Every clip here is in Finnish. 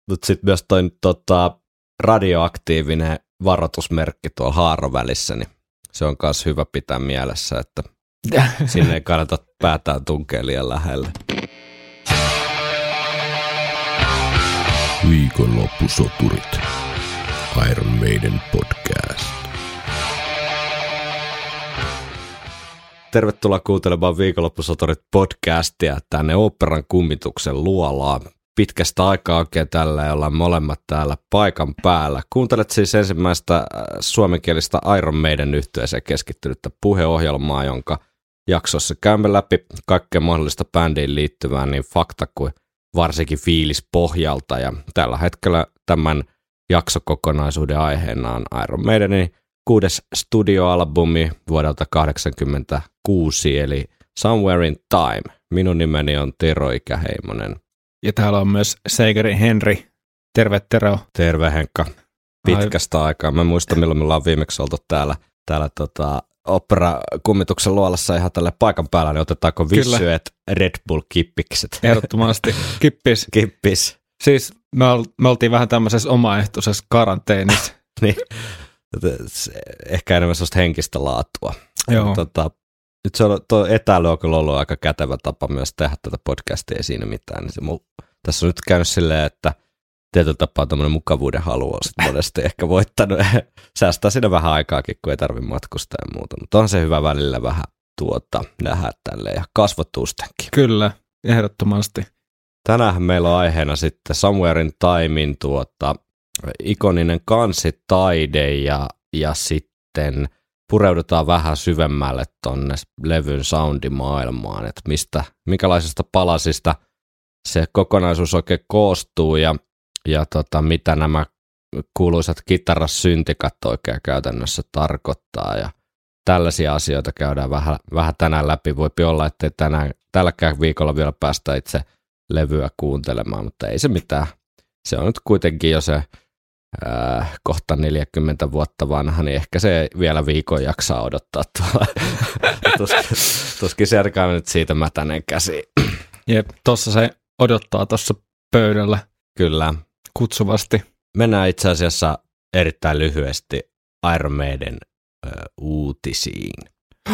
Mutta sitten myös toi radioaktiivinen varoitusmerkki tuolla haarovälissä, niin se on myös hyvä pitää mielessä, että sinne ei kannata päätään tunkea liian lähelle. Viikonloppusoturit. Iron Maiden podcast. Tervetuloa kuuntelemaan Viikonloppusoturit podcastia tänne Oopperan kummituksen luolaan. Pitkästä aikaa oikein tällä ja ollaan molemmat täällä paikan päällä. Kuuntelet siis ensimmäistä suomenkielistä Iron Maiden -yhtyeeseen keskittynyttä puheohjelmaa, jonka jaksossa käymme läpi kaikkea mahdollista bändiin liittyvää niin fakta kuin varsinkin fiilispohjalta. Ja tällä hetkellä tämän jaksokokonaisuuden aiheena on Iron Maidenin 6. studioalbumi vuodelta 1986, eli Somewhere in Time. Minun nimeni on Tero Ikäheimonen. Ja täällä on myös Seigeri Henri. Terve Tero. Terve Henkka. Pitkästä aikaa. Mä muistan, milloin me ollaan viimeksi oltu täällä Opera-kummituksen luolassa ihan tälle paikan päällä, niin otetaanko vissyet Red Bull-kippikset? Ehdottomasti. Kippis. Kippis. Siis me oltiin vähän tämmöisessä omaehtoisessa karanteenissa. Niin. Ehkä enemmän sellaista henkistä laatua. Joo. Nyt se on etäily on kyllä ollut aika kätevä tapa myös tehdä tätä podcastia, ei siinä mitään. Niin tässä on nyt käynyt silleen, että tietyllä tapaa tämmöinen mukavuuden halu on sitten monesti ehkä voittanut. Säästää siinä vähän aikaakin, kun ei tarvitse matkustaa ja muuta. Mutta on se hyvä välillä vähän nähdä tälleen ja kasvotustenkin. Kyllä, ehdottomasti. Tänään meillä on aiheena sitten Somewhere in Timein ikoninen kansitaide ja sitten pureudutaan vähän syvemmälle tonne levyn soundimaailmaan, että minkälaisista palasista se kokonaisuus oikein koostuu ja mitä nämä kuuluisat kitarasyntikat oikein käytännössä tarkoittaa ja tällaisia asioita käydään vähän tänään läpi. Voipi olla, ettei tälläkään viikolla vielä päästä itse levyä kuuntelemaan, mutta ei se mitään. Se on nyt kuitenkin jo se kohta 40 vuotta vanha, niin ehkä se vielä viikon jaksaa odottaa tuolla. Tuskin serkaan nyt siitä mätäneen käsiin. Jep, tossa se odottaa tuossa pöydällä. Kyllä. Kutsuvasti. Mennään itse asiassa erittäin lyhyesti Iron Maiden uutisiin.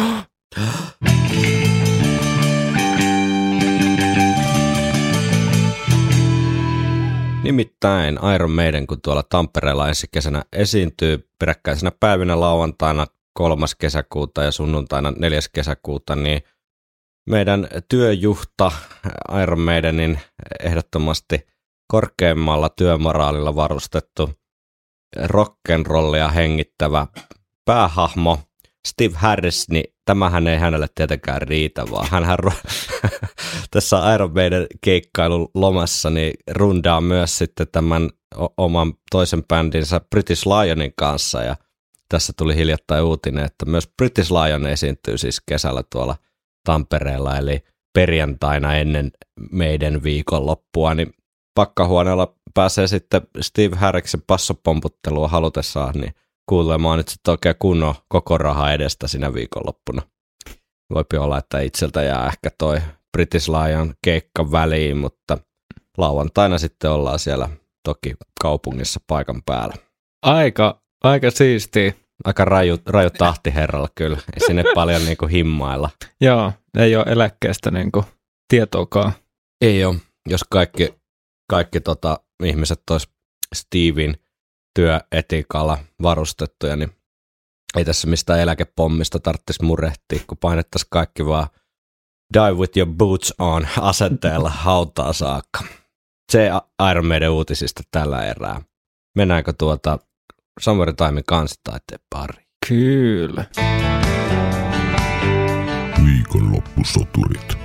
Nimittäin Iron Maiden, kun tuolla Tampereella ensi kesänä esiintyy peräkkäisenä päivinä lauantaina 3. kesäkuuta ja sunnuntaina 4. kesäkuuta, niin meidän työjuhta Iron Maidenin ehdottomasti korkeimmalla työmoraalilla varustettu rock'n'rollia hengittävä päähahmo Steve Harris, niin tämähän ei hänelle tietenkään riitä, vaan hänhän tässä Iron Maiden keikkailun lomassa niin rundaa myös sitten tämän oman toisen bändinsä British Lionin kanssa, ja tässä tuli hiljattain uutinen, että myös British Lion esiintyy siis kesällä tuolla Tampereella, eli perjantaina ennen meidän viikonloppua, niin pakkahuoneella pääsee sitten Steve Harriksen passopomputtelua halutessaan, niin kuulemaan nyt sitten oikein kunnon koko raha edestä siinä viikonloppuna. Voipi olla, että itseltä jää ehkä toi British Lion keikka väliin, mutta lauantaina sitten ollaan siellä toki kaupungissa paikan päällä. Aika siistiä. Aika raju tahti herralla kyllä, ei sinne paljon niinku himmailla. Joo, ei ole eläkkeestä niinku tietoakaan. Ei ole, jos kaikki ihmiset tois Steven työetiikalla varustettuja, niin ei tässä mistään eläkepommista tarvitsisi murehtia, kun painettaisiin kaikki vaan die with your boots on asenteella hautaa saakka. Se Iron Maiden uutisista tällä erää. Mennäänkö Somewhere in Timein kansitaiteen pariin? Kyllä. Viikonloppusoturit.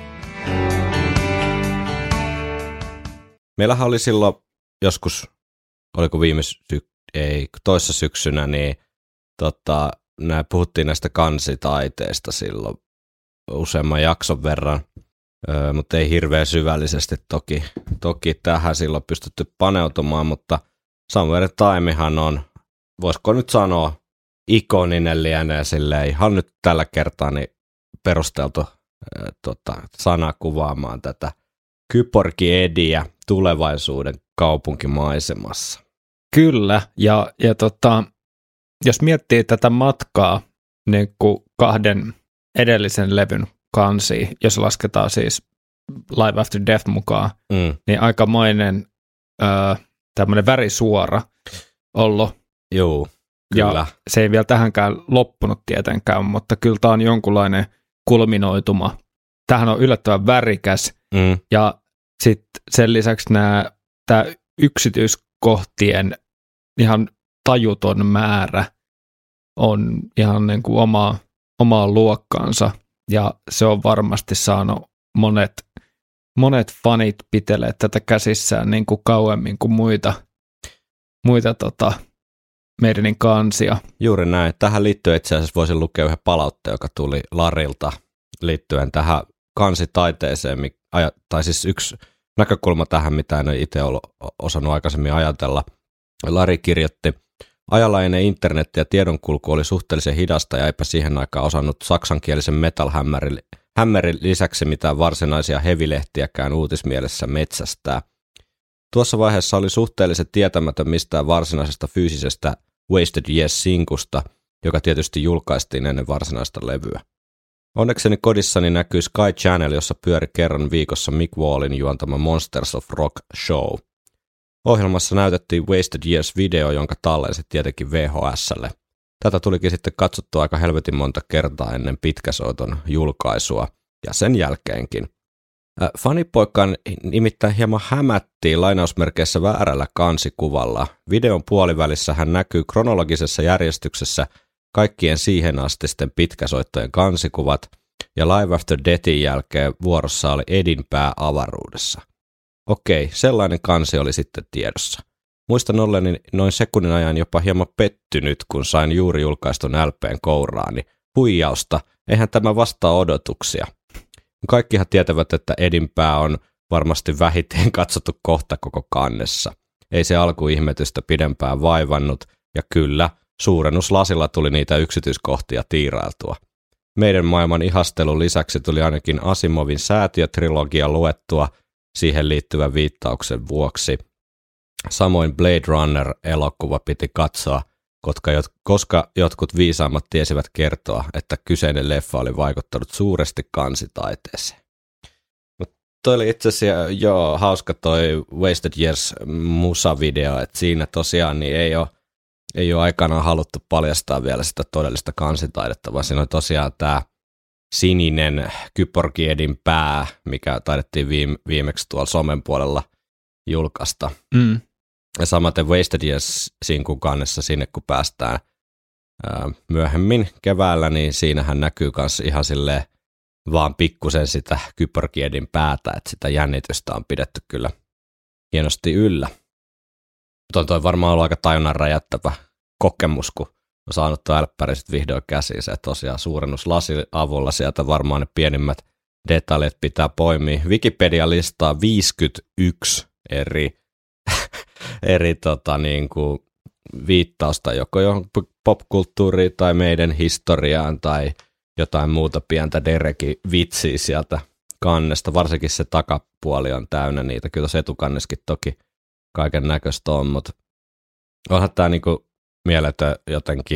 Meillähän oli silloin joskus, oliko toissa syksynä, niin puhuttiin näistä kansitaiteista silloin useamman jakson verran, mutta ei hirveän syvällisesti toki tähän silloin pystytty paneutumaan, mutta Somewhere in Timehan on, voisiko nyt sanoa, ikoninen lienee silleen ihan nyt tällä kertaa niin perusteltu sana kuvaamaan tätä kyborgi Ediä, tulevaisuuden kaupunkimaisemassa. Kyllä, ja jos miettii tätä matkaa niin kuin 2 edellisen levyn kansia, jos lasketaan siis Live After Death mukaan, niin aikamoinen tämmöinen värisuora ollut. Joo, kyllä. Ja se ei vielä tähänkään loppunut tietenkään, mutta kyllä tämä on jonkunlainen kulminoituma. Tämähän on yllättävän värikäs, ja sitten sen lisäksi tämä yksityiskohtien ihan tajuton määrä on ihan niin kuin omaa luokkaansa, ja se on varmasti saanut monet fanit pitelee tätä käsissään niin kuin kauemmin kuin muita meidänin kansia. Juuri näin. Tähän liittyen itse asiassa voisin lukea yhden palautteen, joka tuli Larilta liittyen tähän kansitaiteeseen, tai siis yksi näkökulma tähän, mitä en ole itse ollut osannut aikaisemmin ajatella. Lari kirjoitti, ajalla ennen internet ja tiedonkulku oli suhteellisen hidasta ja eipä siihen aikaan osannut saksankielisen Metal Hammerin lisäksi mitään varsinaisia hevilehtiäkään uutismielessä metsästää. Tuossa vaiheessa oli suhteellisen tietämätön mistään varsinaisesta fyysisestä Wasted Years-sinkusta, joka tietysti julkaistiin ennen varsinaista levyä. Onnekseni kodissani näkyy Sky Channel, jossa pyöri kerran viikossa Mick Wallin juontama Monsters of Rock show. Ohjelmassa näytettiin Wasted Years-video, jonka tallensi tietenkin VHS:lle. Tätä tulikin sitten katsottua aika helvetin monta kertaa ennen pitkäsoiton julkaisua ja sen jälkeenkin. Fanipoikan nimittäin hieman hämättiin lainausmerkeissä väärällä kansikuvalla. Videon puolivälissä hän näkyy kronologisessa järjestyksessä kaikkien siihen astisten pitkäsoittojen kansikuvat, ja Live After Deathin jälkeen vuorossa oli Edin pää avaruudessa. Okei, sellainen kansi oli sitten tiedossa. Muistan olleni noin sekunnin ajan jopa hieman pettynyt, kun sain juuri julkaistun LPn kouraani. Huijausta, eihän tämä vastaa odotuksia. Kaikkihan tietävät, että Edin pää on varmasti vähiten katsottu kohta koko kannessa. Ei se alkuihmetystä pidempään vaivannut, ja kyllä, suurennuslasilla tuli niitä yksityiskohtia tiirailtua. Meidän maailman ihastelun lisäksi tuli ainakin Asimovin säätiötrilogia luettua siihen liittyvän viittauksen vuoksi. Samoin Blade Runner-elokuva piti katsoa, koska jotkut viisaammat tiesivät kertoa, että kyseinen leffa oli vaikuttanut suuresti kansitaiteeseen. Toi oli itse asiassa hauska toi Wasted Years musavideo, että siinä tosiaan niin ei ole aikanaan haluttu paljastaa vielä sitä todellista kansitaidetta, vaan siinä on tosiaan tämä sininen Kyborg Edin pää, mikä taidettiin viimeksi tuolla somen puolella julkaista. Ja samaten Wasted Years-sinkun kannessa sinne, kun päästään myöhemmin keväällä, niin siinähän näkyy myös ihan silleen vaan pikkusen sitä Kyborg Edin päätä, että sitä jännitystä on pidetty kyllä hienosti yllä. Mutta on toi varmaan ollut aika tajunnan räjättävä kokemus, kun on saanut tuo älppäri sitten vihdoin käsiinsä. Ja tosiaan suurennuslasi avulla sieltä varmaan ne pienimmät detaljit pitää poimia. Wikipedia listaa 51 eri niin kuin viittausta joko johonkin popkulttuuriin tai meidän historiaan tai jotain muuta pientä Derekin vitsiä sieltä kannesta. Varsinkin se takapuoli on täynnä niitä. Kyllä se etukanneskin toki kaiken näköistä on, mutta onhan tämä niinku mieletön jotenkin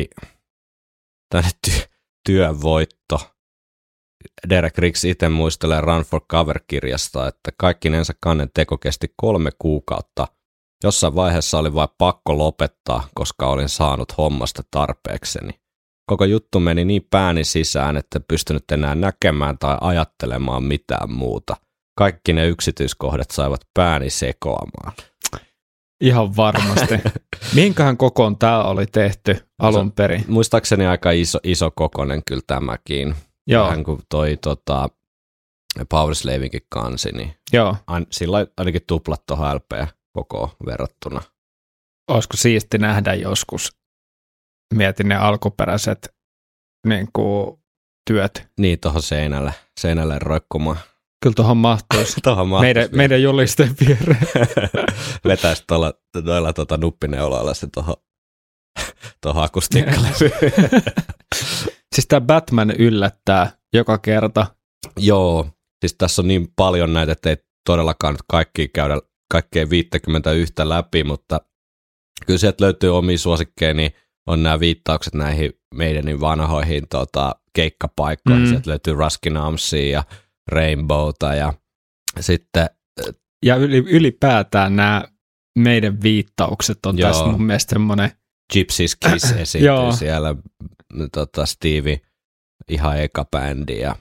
työvoitto. Derek Riggs itse muistelee Run for Cover-kirjasta, että kaikkinensa kannen teko kesti 3 kuukautta. Jossain vaiheessa oli vain pakko lopettaa, koska olin saanut hommasta tarpeekseni. Koko juttu meni niin pääni sisään, että en pystynyt enää näkemään tai ajattelemaan mitään muuta. Kaikki ne yksityiskohdat saivat pääni sekoamaan. Ihan varmasti. Mihinkähän kokoon tämä oli tehty alun perin? Muistaakseni aika iso kokonen kyllä tämäkin. Joo. Vähän kuin toi Powerslavinkin kansi, niin joo. Sillä ainakin tuplat tuohon LP koko verrattuna. Olisiko siisti nähdä joskus, mietin ne alkuperäiset niin kuin, työt. Niin, tuohon seinälle roikkumaan. Kyllä tuohon mahtuisi. meidän julisteen viereen. Vetäisi noilla nuppineuloilla se tuohon akustiikkalle. Siis tämä Batman yllättää joka kerta. Joo, siis tässä on niin paljon näitä, että ei todellakaan nyt kaikki käydä kaikkea 51 läpi, mutta kyllä sieltä löytyy omia suosikkeja, niin on nämä viittaukset näihin meidän vanhoihin keikkapaikkoihin. Sieltä löytyy Ruskin Armsia ja Rainbowta ja sitten... Ja ylipäätään nämä meidän viittaukset on tässä mun mielestä semmoinen... Gypsy's Kiss esiintyy siellä, Stevie, ihan eka bändi ja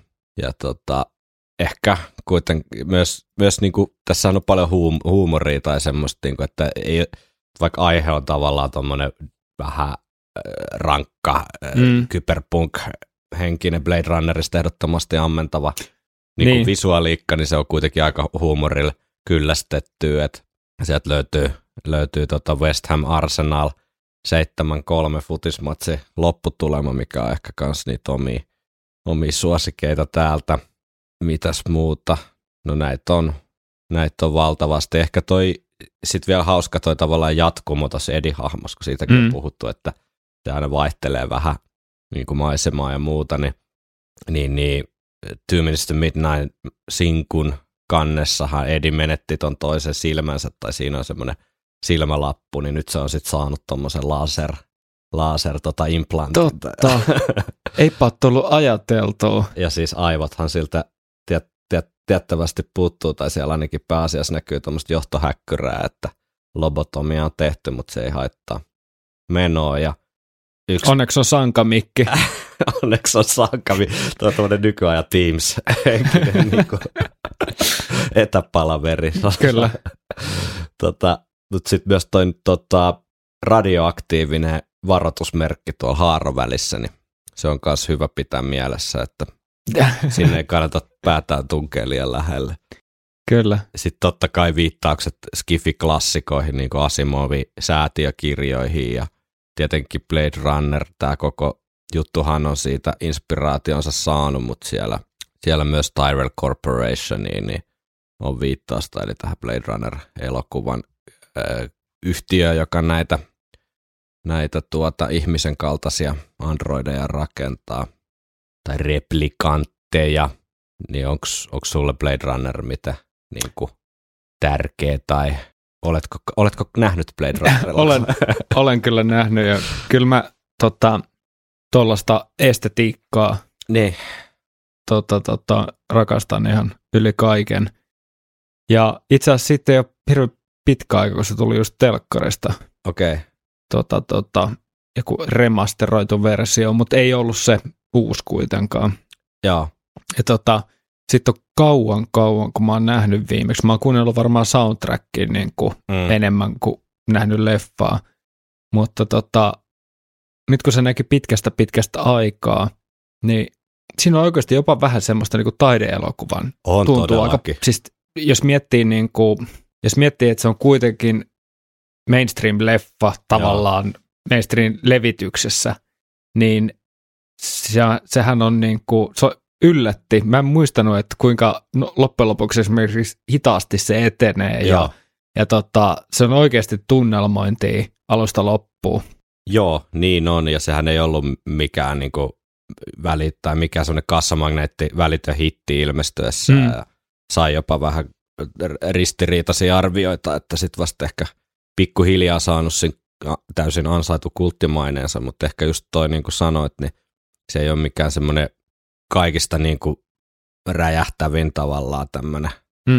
ehkä kuitenkin myös niin kuin, tässä on paljon huumoria tai semmoista, niin kuin, että ei, vaikka aihe on tavallaan tommoinen vähän rankka, kyberpunk-henkinen Blade Runnerista ehdottomasti ammentava niin. Visuaaliikka, niin se on kuitenkin aika huumorilla kyllästetty, että sieltä löytyy West Ham Arsenal 7-3 futismatsi lopputulema, mikä on ehkä kans niitä omia suosikeita täältä. Mitäs muuta? No näitä on valtavasti. Ehkä toi sit vielä hauska toi tavallaan jatkumo tuossa Eddie-hahmossa, kun siitäkin on puhuttu, että se aina vaihtelee vähän niin kuin maisemaa ja muuta, niin 2 Minutes to Midnight -sinkun kannessahan Eddie menetti ton toisen silmänsä, tai siinä on semmoinen silmälappu, niin nyt se on sitten saanut tommosen laser implantin. Totta. Eipä ole tullut ajateltua. Ja siis aivothan siltä tiettävästi puuttuu, tai siellä ainakin pääasiassa näkyy tuommoista johtohäkkyrää, että lobotomia on tehty, mutta se ei haittaa menoa. Ja onneksi on sankamikki. Onneksi on sankamikki. Tuo on tuommoinen nykyajan Teams-henkinen niin etäpalaveri. Kyllä. Mutta sitten myös toi radioaktiivinen varoitusmerkki tuolla haarovälissä, niin se on myös hyvä pitää mielessä, että sinne ei kannata päätään tunkea liian lähelle. Kyllä. Sitten totta kai viittaukset Skifi-klassikoihin, niin kuin Asimovin säätiökirjoihin ja tietenkin Blade Runner, tämä koko juttuhan on siitä inspiraationsa saanut, mutta siellä myös Tyrell Corporationiin niin on viittausta, eli tähän Blade Runner-elokuvan yhtiö, joka näitä ihmisen kaltaisia androideja rakentaa, tai replikantteja, niin onko sulle Blade Runner mitä niinku tärkeä, tai oletko nähnyt Blade Runnerilla? Olen kyllä nähnyt, ja kyllä mä tuollaista estetiikkaa niin. Rakastan ihan yli kaiken. Ja itse asiassa sitten jo hirveän pitkä aika, kun se tuli just telkkarista. Okei. Joku remasteroitu versio, mutta ei ollut se uusi kuitenkaan. Joo. Ja sitten on kauan, kun mä oon nähnyt viimeksi. Mä oon kuunnellut varmaan soundtrackin niin kuin enemmän kuin nähnyt leffaa. Mutta nyt kun se näki pitkästä aikaa, niin siinä on oikeasti jopa vähän semmoista niin kuin taideelokuvan. On tuntuu aika, siis jos miettii, että se on kuitenkin mainstream-leffa tavallaan mainstream-levityksessä, niin sehän on niin kuin, se yllätti. Mä en muistanut, että kuinka loppujen lopuksi esimerkiksi hitaasti se etenee ja se on oikeasti tunnelmointia alusta loppuun. Joo, niin on, ja sehän ei ollut mikään niin kuin tai mikään semmoinen kassamagneetti välitön hitti ilmestyessä. Sai jopa vähän ristiriitaisia arvioita, että sitten vasta ehkä pikkuhiljaa saanut sen täysin ansaitu kulttimaineensa, mutta ehkä just toi niin kuin sanoit, niin se ei ole mikään semmoinen kaikista niin kuin räjähtävin tavallaan tämmöinen,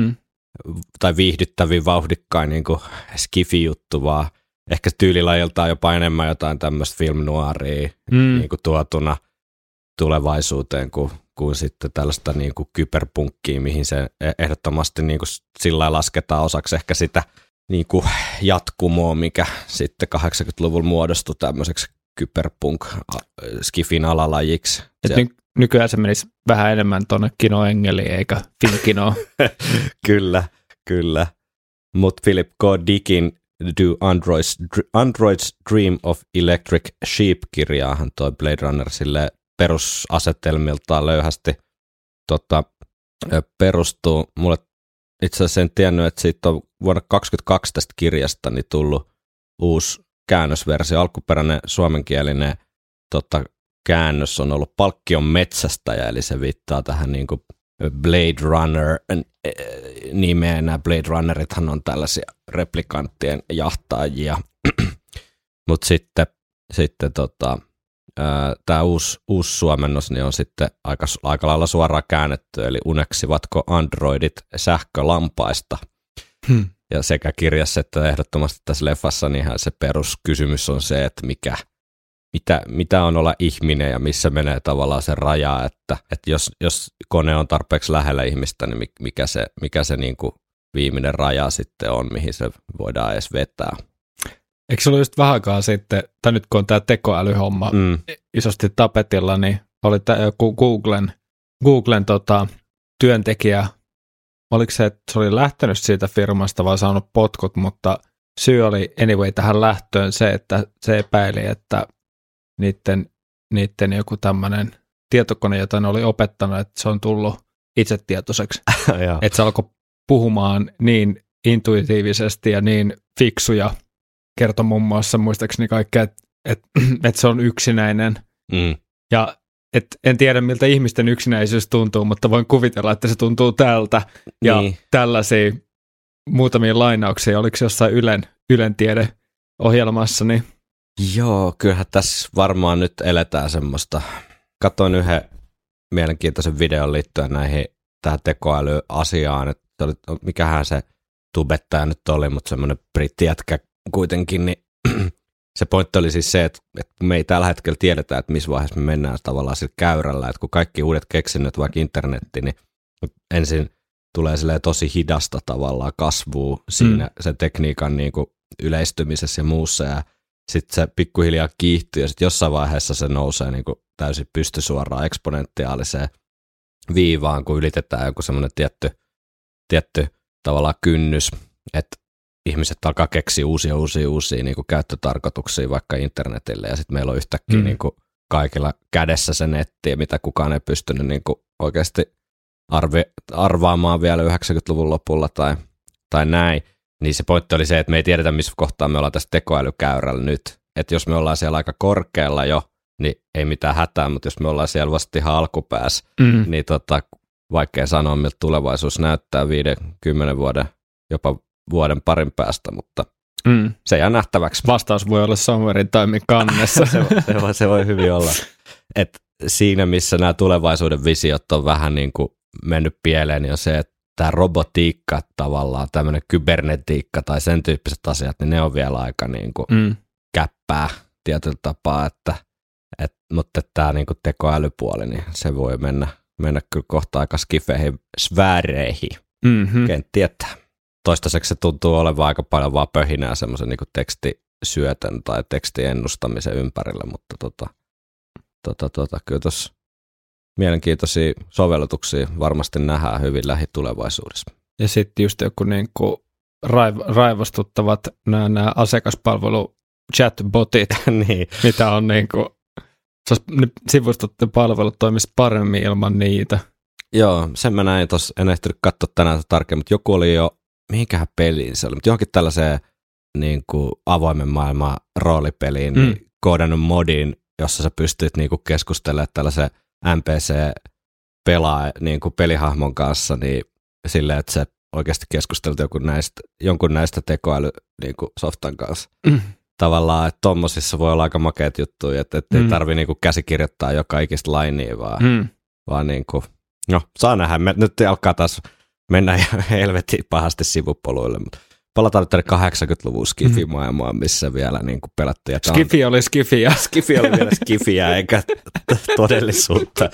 tai viihdyttävin, vauhdikkain niin kuin skifi-juttu, vaan ehkä tyylilajiltaan jopa enemmän jotain tämmöistä film noiria niin kuin tuotuna tulevaisuuteen kuin sitten tällaista niin kuin kyberpunkkia, mihin se ehdottomasti niin kuin sillä lailla lasketaan osaksi ehkä sitä niin kuin jatkumoa, mikä sitten 80-luvulla muodostui tämmöiseksi kyberpunk-skifin alalajiksi. Nykyään se menisi vähän enemmän tuonne kinoengeliin eikä filmkinoon. Kyllä. Mutta Philip K. Dickin Do Androids Dream of Electric Sheep-kirjaahan toi Blade Runner sille perusasetelmiltaan löyhästi perustuu. Mulle itse asiassa en tiennyt, että siitä on vuonna 2022 tästä kirjasta niin tullut uusi käännösversio. Alkuperäinen suomenkielinen käännös on ollut Palkkion metsästäjä, eli se viittaa tähän niin kuin Blade Runner nimeä. Nämä Blade Runnerithan on tällaisia replikanttien jahtaajia, mutta sitten tämä uusi suomennos niin on sitten aika lailla suoraan käännetty, eli uneksivatko androidit sähkölampaista? Ja sekä kirjassa että ehdottomasti tässä leffassa niin se peruskysymys on se, että mitä on olla ihminen ja missä menee tavallaan se raja, että jos kone on tarpeeksi lähellä ihmistä, niin mikä se niin kuin viimeinen raja sitten on, mihin se voidaan edes vetää. Eikö se ollut just vähän aikaa sitten, tai nyt kun on tämä tekoälyhomma isosti tapetilla, niin oli tämä joku Googlen työntekijä, oliko se, että se oli lähtenyt siitä firmasta vai saanut potkut, mutta syy oli anyway tähän lähtöön se, että se epäili, että niiden joku tämmöinen tietokone, jota ne oli opettanut, että se on tullut itsetietoiseksi. Että se alkoi puhumaan niin intuitiivisesti ja niin fiksuja, kertoi muun muassa muistaakseni kaikkea, että se on yksinäinen. Ja en tiedä, miltä ihmisten yksinäisyys tuntuu, mutta voin kuvitella, että se tuntuu tältä. Ja tällaisia muutamia lainauksia, oliko se jossain Ylen tiedeohjelmassa, niin joo, kyllähän tässä varmaan nyt eletään semmoista. Katoin yhden mielenkiintoisen videon liittyen tähän tekoälyasiaan, että mikähän se tubettaja nyt oli, mutta semmoinen brittijätkä kuitenkin, niin se pointti oli siis se, että me ei tällä hetkellä tiedetä, että missä vaiheessa me mennään tavallaan sillä käyrällä, että kun kaikki uudet keksinnöt, vaikka internetti, niin ensin tulee tosi hidasta tavallaan kasvua siinä sen tekniikan niin kuin yleistymisessä ja muussa, ja sitten se pikkuhiljaa kiihtyy, ja sitten jossain vaiheessa se nousee niin kuin täysin pystysuoraan eksponentiaaliseen viivaan, kun ylitetään joku semmoinen tietty tavallaan kynnys, että ihmiset alkaa keksiä uusia niin kuin käyttötarkoituksia vaikka internetille, ja sitten meillä on yhtäkkiä niin kuin kaikilla kädessä se netti, mitä kukaan ei pystynyt niin kuin oikeasti arvaamaan vielä 90-luvun lopulla tai näin. Niin se pointti oli se, että me ei tiedetä, missä kohtaa me ollaan tässä tekoälykäyrällä nyt. Että jos me ollaan siellä aika korkealla jo, niin ei mitään hätää, mutta jos me ollaan siellä vasta ihan alkupäässä, niin vaikea sanoa, miltä tulevaisuus näyttää 5-10 vuoden, jopa vuoden parin päästä, mutta se jää nähtäväksi. Vastaus voi olla somewhere in time kannessa. se voi hyvin olla. Et siinä, missä nämä tulevaisuuden visiot on vähän niin kuin mennyt pieleen, niin on se, että tämä robotiikka tavallaan, tämmöinen kybernetiikka tai sen tyyppiset asiat, niin ne on vielä aika niin kuin käppää tietyllä tapaa, mutta tämä niin kuin tekoälypuoli, niin se voi mennä kyllä kohta aika skifeihin sfääreihin. Ken tietää. Toistaiseksi se tuntuu olevan aika paljon vaan pöhinää semmoisen niin kuin tekstisyötön tai tekstiennustamisen ympärillä, mutta kyllä tuossa mielenkiintoisia sovellutuksia varmasti nähdään hyvin lähitulevaisuudessa. Ja sitten just joku niin kuin raivostuttavat nämä asiakaspalvelu chatbotit, niin. mitä on niin kuin, sivustot ja palvelut toimisi paremmin ilman niitä. Joo, sen mä näin tuossa, en ehtinyt katsoa tänään tarkemmin, mutta joku oli jo, mihinkähän peliin se oli, mutta johonkin tällaiseen niin kuin avoimen maailman roolipeliin niin koodannut modin, jossa sä pystyt niin kuin keskustelemaan tällaisen NPC-pelaa niin kuin pelihahmon kanssa niin silleen, että se oikeasti keskustelut jonkun näistä tekoäly niin kuin softan kanssa. Tavallaan, että tommosissa voi olla aika makeat juttuja, että ei tarvitse niin kuin käsikirjoittaa joka ikistä lainia, vaan niin kuin, no saa nähdä, nyt alkaa taas mennä ihan helvetin pahasti sivupoluille, mutta palataan nyt tänne 80-luvun skifimaailmaan, missä vielä niin kuin pelattiin. Skifi oli skifiä. Skifi oli vielä skifiä, eikä todellisuutta.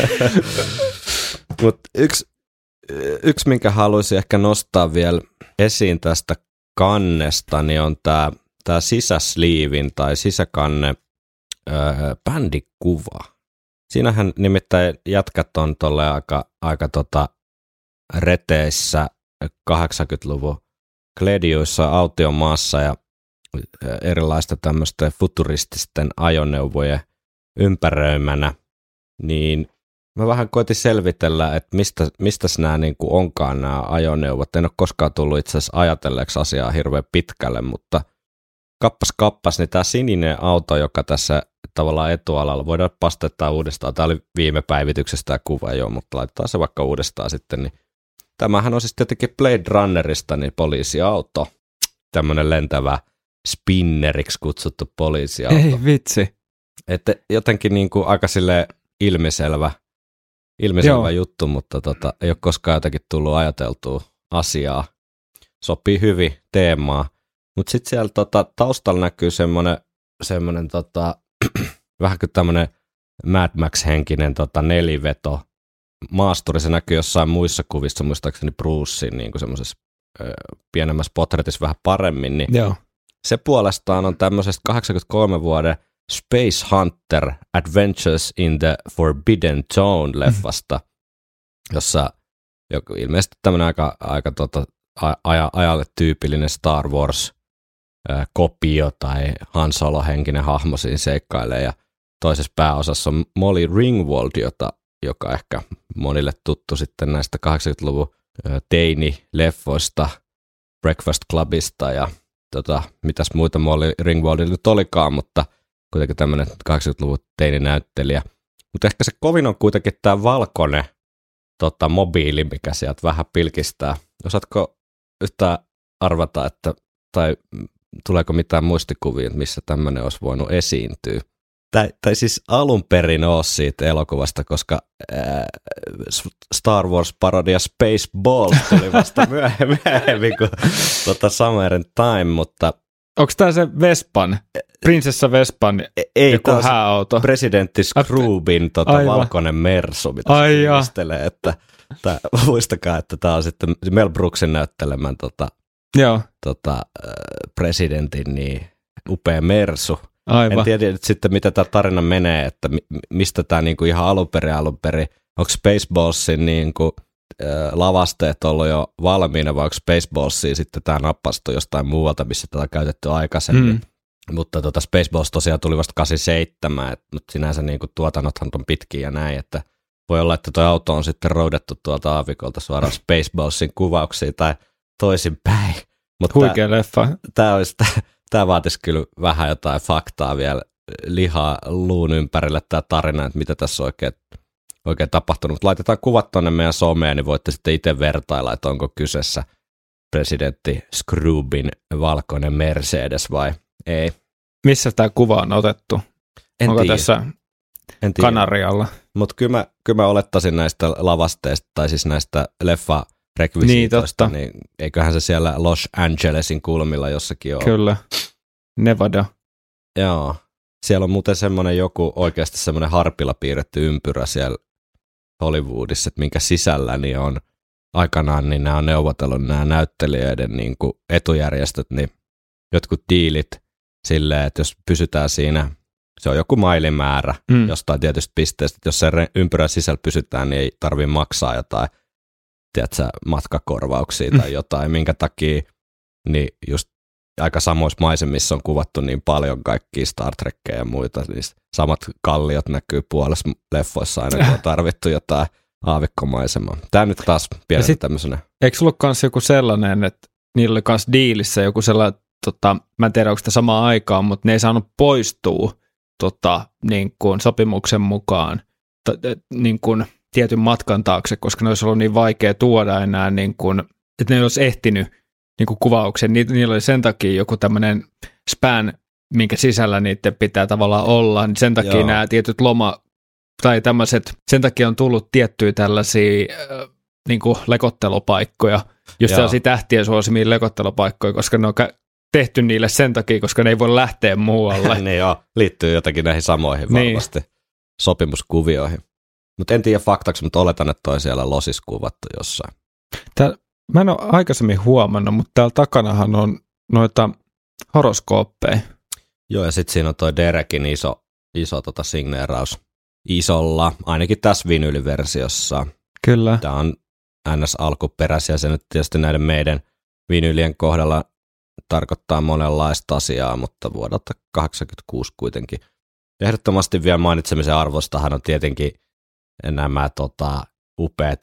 Mutta yksi, minkä haluaisin ehkä nostaa vielä esiin tästä kannesta, niin on tämä sisäsliivin tai sisäkanne bändikuva. Siinähän nimittäin jätkät on tolle aika reteissä 80-luvun kledioissa autiomaassa ja erilaista tämmöistä futurististen ajoneuvojen ympäröimänä, niin mä vähän koitin selvitellä, että mistä nämä niin kuin onkaan nämä ajoneuvot. En ole koskaan tullut itse asiassa ajatelleeksi asiaa hirveän pitkälle, mutta kappas, niin tämä sininen auto, joka tässä tavallaan etualalla. Voidaan pastettaa uudestaan. Tämä oli viime päivityksestä tämä kuva jo, mutta laitetaan se vaikka uudestaan sitten. Niin. Tämähän on siis tietenkin Blade Runnerista niin poliisiauto. Tämmöinen lentävä spinneriksi kutsuttu poliisiauto. Ei vitsi. Että jotenkin niin kuin aika silleen ilmiselvä juttu, mutta ei ole koskaan jotenkin tullut ajateltua asiaa. Sopii hyvin teemaa. Mutta sitten siellä taustalla näkyy semmoinen vähän kuin tämmöinen Mad Max-henkinen neliveto. Maasturi, se näkyy jossain muissa kuvissa, muistaakseni Brucein niin kuin semmoisessa pienemmässä portretissa vähän paremmin. Niin joo. Se puolestaan on tämmöisestä 83 vuoden Space Hunter Adventures in the Forbidden Zone-leffasta, jossa joku ilmeisesti tämmöinen ajalle tyypillinen Star Wars-kopio tai Han Solo-henkinen hahmo siinä seikkailee, ja toisessa pääosassa on Molly Ringwald, joka ehkä monille tuttu sitten näistä 80-luvun teini-leffoista, Breakfast Clubista ja mitäs muita Molly Ringwaldilla nyt olikaan, mutta kuitenkin tämmöinen 80-luvun teininäyttelijä. Mutta ehkä se kovin on kuitenkin tämä valkoinen mobiili, mikä sieltä vähän pilkistää. Osaatko yhtään arvata, tai tuleeko mitään muistikuvia, missä tämmöinen olisi voinut esiintyä? Tai siis alun perin ole siitä elokuvasta, koska Star Wars-parodia Spaceballs tuli vasta myöhemmin kuin Summer in Time, mutta... Onko tämä se Vespan, prinsessa Vespan joku hääauto? Presidentti Scroobin valkoinen Mersu, mitä se ilmistelee, että muistakaa, että tämä on sitten Mel Brooksin näyttelemän presidentin niin upea Mersu. Aivan. En tiedä nyt sitten, mitä tämä tarina menee, että mistä tämä niinku ihan alun perin, onko Spaceballsin niinku, lavasteet ollut jo valmiina, vai onko Spaceballsia sitten tämä nappasto jostain muualta, missä tätä on käytetty aikaisemmin. Mutta Spaceballs tosiaan tuli vasta 87, mutta sinänsä niinku tuotannothan on pitkiä ja näin, että voi olla, että tuo auto on sitten roudettu tuolta aavikolta suoraan Spaceballsin kuvauksiin tai toisinpäin. Huikea leffa. Tämä vaatisi kyllä vähän jotain faktaa vielä lihaa luun ympärille tämä tarina, että mitä tässä on oikein tapahtunut. Mutta laitetaan kuvat tuonne meidän someen, niin voitte sitten itse vertailla, että onko kyseessä presidentti Scroobin valkoinen Mercedes vai ei. Missä tämä kuva on otettu? Onko tässä Kanarialla? Mutta kyllä mä olettaisin näistä lavasteista, tai siis näistä leffa-rekvisiitoista, niin eiköhän se siellä Los Angelesin kulmilla jossakin ole. Kyllä, Nevada. Joo, siellä on muuten semmoinen joku oikeasti semmoinen harpilla piirretty ympyrä siellä Hollywoodissa, että minkä sisällä niin on aikanaan, niin nämä on neuvotellut nämä näyttelijöiden niin kuin etujärjestöt, niin jotkut diilit silleen, että jos pysytään siinä, se on joku mailimäärä jostain tietystä pisteestä, että jos sen ympyrän sisällä pysytään, niin ei tarvitse maksaa jotain, tiedätkö, matkakorvauksia tai jotain, minkä takia niin just aika samoissa maisemissa on kuvattu niin paljon kaikkia Star Trekkeja ja muita, niin samat kalliot näkyy puolessa leffoissa aina, kun on tarvittu jotain aavikkomaisemaa. Tämä nyt taas pienen tämmöisenä. Eikö sulla kans joku sellainen, että niillä oli kans diilissä joku sellainen, mä en tiedä onko sitä samaan aikaan, mutta ne ei saanut poistua niin kuin sopimuksen mukaan niin kuin tietyn matkan taakse, koska ne olisi ollut niin vaikea tuoda enää, niin kuin, että ne ei olisi ehtinyt niin kuin kuvauksen. Niillä oli sen takia joku tämmöinen span, minkä sisällä niiden pitää tavallaan olla, niin sen takia nämä tietyt tai tämmöiset, sen takia on tullut tiettyjä tällaisia niin kuin lekottelupaikkoja, just sellaisia tähtien suosimia lekottelupaikkoja, koska ne on tehty niille sen takia, koska ne ei voi lähteä muualle. Niin joo, liittyy jotakin näihin samoihin varmasti sopimuskuvioihin. Mutta en tiedä faktaksi, mutta oletan, että toi siellä Losissa kuvattu jossain. Mä en ole aikaisemmin huomannut, mutta täällä takanahan on noita horoskooppeja. Joo, ja sitten siinä on toi Derekin iso signeeraus isolla, ainakin tässä vinyyliversiossa. Kyllä. Tämä on NS-alkuperäisiä, se nyt tietysti näiden meidän vinyylien kohdalla tarkoittaa monenlaista asiaa, mutta vuodelta 1986 kuitenkin. Ehdottomasti vielä mainitsemisen arvostahan on tietenkin nämä upeat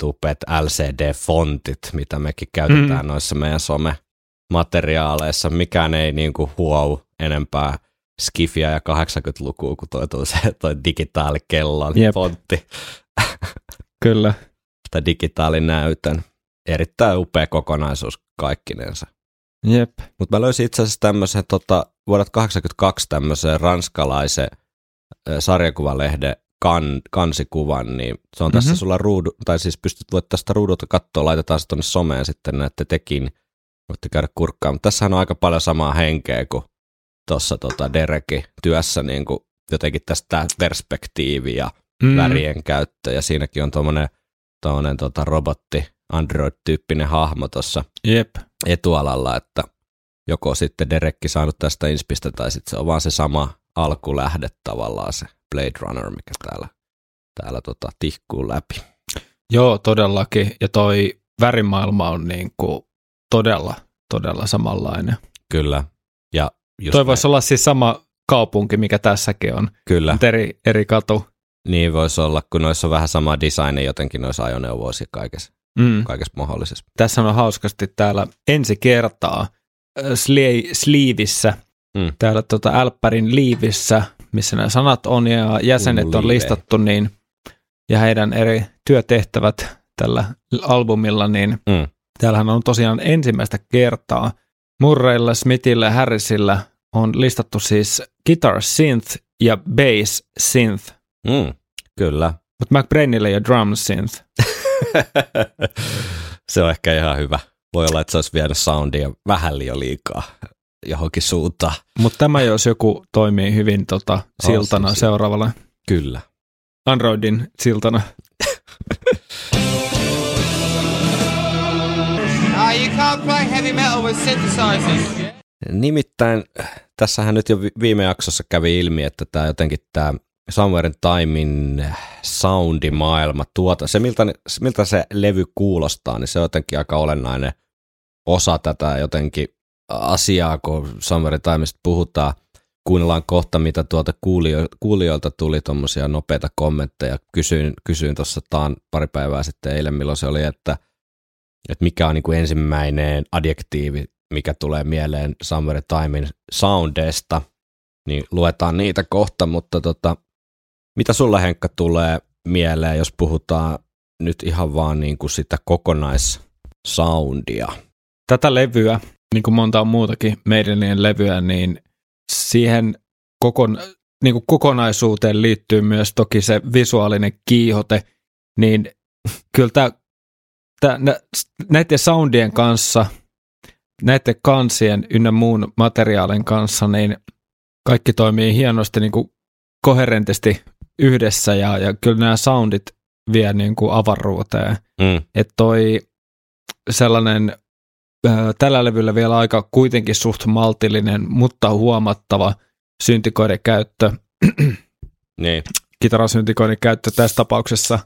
LCD-fontit, mitä mekin käytetään noissa meidän some-materiaaleissa. Mikään ei niinku huou enempää skifiä ja 80-lukua, kun toi digitaalikellon fontti. Kyllä. Tai digitaalinäytön. Erittäin upea kokonaisuus kaikkinensa. Jep. Mutta mä löysin itse asiassa tämmöisen vuodelta 1982 tämmöisen ranskalaisen sarjakuvalehden kansikuvan, niin se on tässä sulla tai siis voit tästä ruudulta katsoa, laitetaan se tuonne someen sitten, näette tekin, voitte käydä kurkkaan, mutta tässähän on aika paljon samaa henkeä kuin tuossa Derekin työssä, niin kuin jotenkin tästä perspektiivi ja värien käyttö, ja siinäkin on tuommoinen robotti, Android-tyyppinen hahmo tuossa etualalla, että joko sitten Derekki saanut tästä inspistä, tai sitten se on vaan se sama alkulähde tavallaan, se Blade Runner, mikä täällä tihkuu läpi. Joo, todellakin, ja toi värimaailma on niinku todella samanlainen. Kyllä. Ja toi voisi olla siis sama kaupunki, mikä tässäkin on. Kyllä. Mutta eri katu. Niin voisi olla, kun noissa on vähän sama design jotenkin noissa ajoneuvoissa kaikessa mahdollisessa. Tässä on hauskasti täällä ensi kertaa Sleevissä, täällä Älppärin liivissä, missä nämä sanat on ja jäsenet on listattu, niin, ja heidän eri työtehtävät tällä albumilla, niin täällähän on tosiaan ensimmäistä kertaa Murraylla, Smithillä ja Harrisilla on listattu siis guitar synth ja bass synth. Kyllä. Mutta McBrainille ja drum synth. Se on ehkä ihan hyvä. Voi olla, että se olisi vienyt soundia vähän liian liikaa johonkin suuntaan. Mutta tämä jos joku toimii hyvin siltana seuraavalle. Kyllä. Androidin siltana. You can't play heavy metal with synthesizers. Nimittäin tässähän nyt jo viime jaksossa kävi ilmi, että tämä jotenkin tämä Somewhere in Timein soundimaailma, se miltä se levy kuulostaa, niin se on jotenkin aika olennainen osa tätä jotenkin asiaa, kun Somewhere in Timeista puhutaan. Kuunnellaan kohta, mitä kuulijoilta tuli tuommoisia nopeita kommentteja. Kysyin tuossa pari päivää sitten eilen, milloin se oli, että mikä on niin kuin ensimmäinen adjektiivi, mikä tulee mieleen Somewhere in Timein soundesta, niin luetaan niitä kohta, mutta mitä sulla, Henkka, tulee mieleen, jos puhutaan nyt ihan vaan niin kuin sitä kokonaissoundia? Tätä levyä, niin kuin monta muutakin meidän levyä, niin siihen niin kuin kokonaisuuteen liittyy myös toki se visuaalinen kiihote, niin kyllä näiden soundien kanssa, näiden kansien ynnä muun materiaalin kanssa, niin kaikki toimii hienosti niin kuin koherentisti yhdessä, ja kyllä nämä soundit vie niin kuin avaruuteen. Että toi sellainen tällä levyllä vielä aika kuitenkin suht maltillinen, mutta huomattava syntikoiden käyttö, niin. Kitarasyntikoiden käyttö tässä tapauksessa,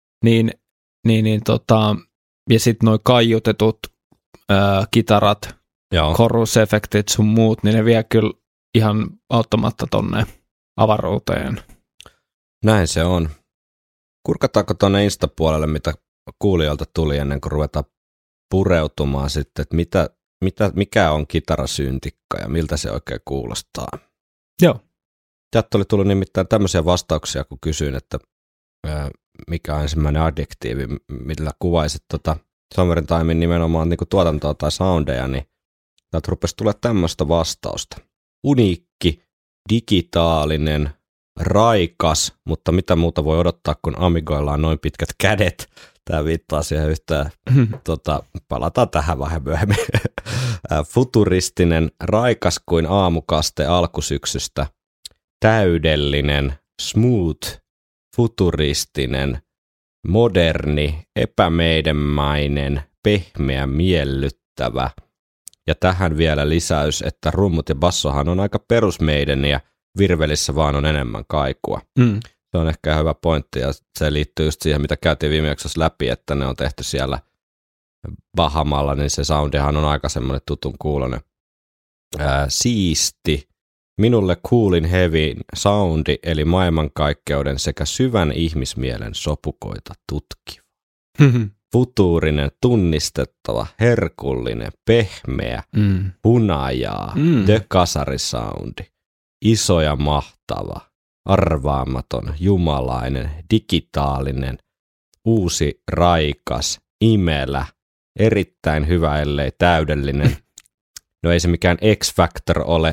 ja sitten nuo kaiutetut kitarat, chorus-efektit sun muut, niin ne vie kyllä ihan auttamatta tonne avaruuteen. Näin se on. Kurkataanko tuonne Insta-puolelle, mitä kuulijoilta tuli ennen kuin ruvetaan pureutumaan sitten, että mikä on kitarasyntikka ja miltä se oikein kuulostaa? Joo. Täältä oli tullut nimittäin tämmöisiä vastauksia, kun kysyin, että mikä on ensimmäinen adjektiivi, millä kuvaisit Somewhere in Timein nimenomaan niin kuin tuotantoa tai soundeja, niin täältä rupesi tulla tämmöistä vastausta. Uniikki, digitaalinen, raikas, mutta mitä muuta voi odottaa, kun Amigoilla on noin pitkät kädet. Tämä viittaa siihen yhtään, palataan tähän vähän myöhemmin. Futuristinen, raikas kuin aamukaste alkusyksystä, täydellinen, smooth, futuristinen, moderni, epämeidenmäinen, pehmeä, miellyttävä. Ja tähän vielä lisäys, että rummut ja bassohan on aika perusmeideniä, virvelissä vaan on enemmän kaikua. Se on ehkä hyvä pointti, ja se liittyy just siihen, mitä käytiin viime jaksossa läpi, että ne on tehty siellä Bahamalla, niin se soundihan on aika semmoinen tutun kuulonen. Siisti, minulle coolin heavy soundi, eli maailmankaikkeuden sekä syvän ihmismielen sopukoita tutkiva. Futuurinen, tunnistettava, herkullinen, pehmeä, hunajaa, the kasarisoundi. iso ja mahtava, arvaamaton, jumalainen, digitaalinen, uusi, raikas, imelä, erittäin hyvä, ellei täydellinen. No ei se mikään X-Factor ole,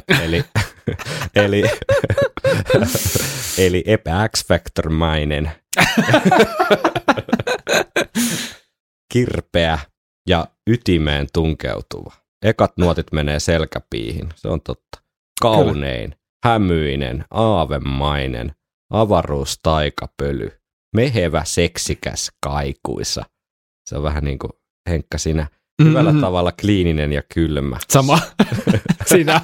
eli epä-X-Factor-mainen, kirpeä ja ytimeen tunkeutuva. Ekat nuotit menee selkäpiihin, se on totta. Kaunein, hämyinen, aavemainen, avaruustaikapöly, mehevä, seksikäs, kaikuisa. Se on vähän niin kuin Henkka sinä. Hyvällä tavalla kliininen ja kylmä. Sama. Sinä.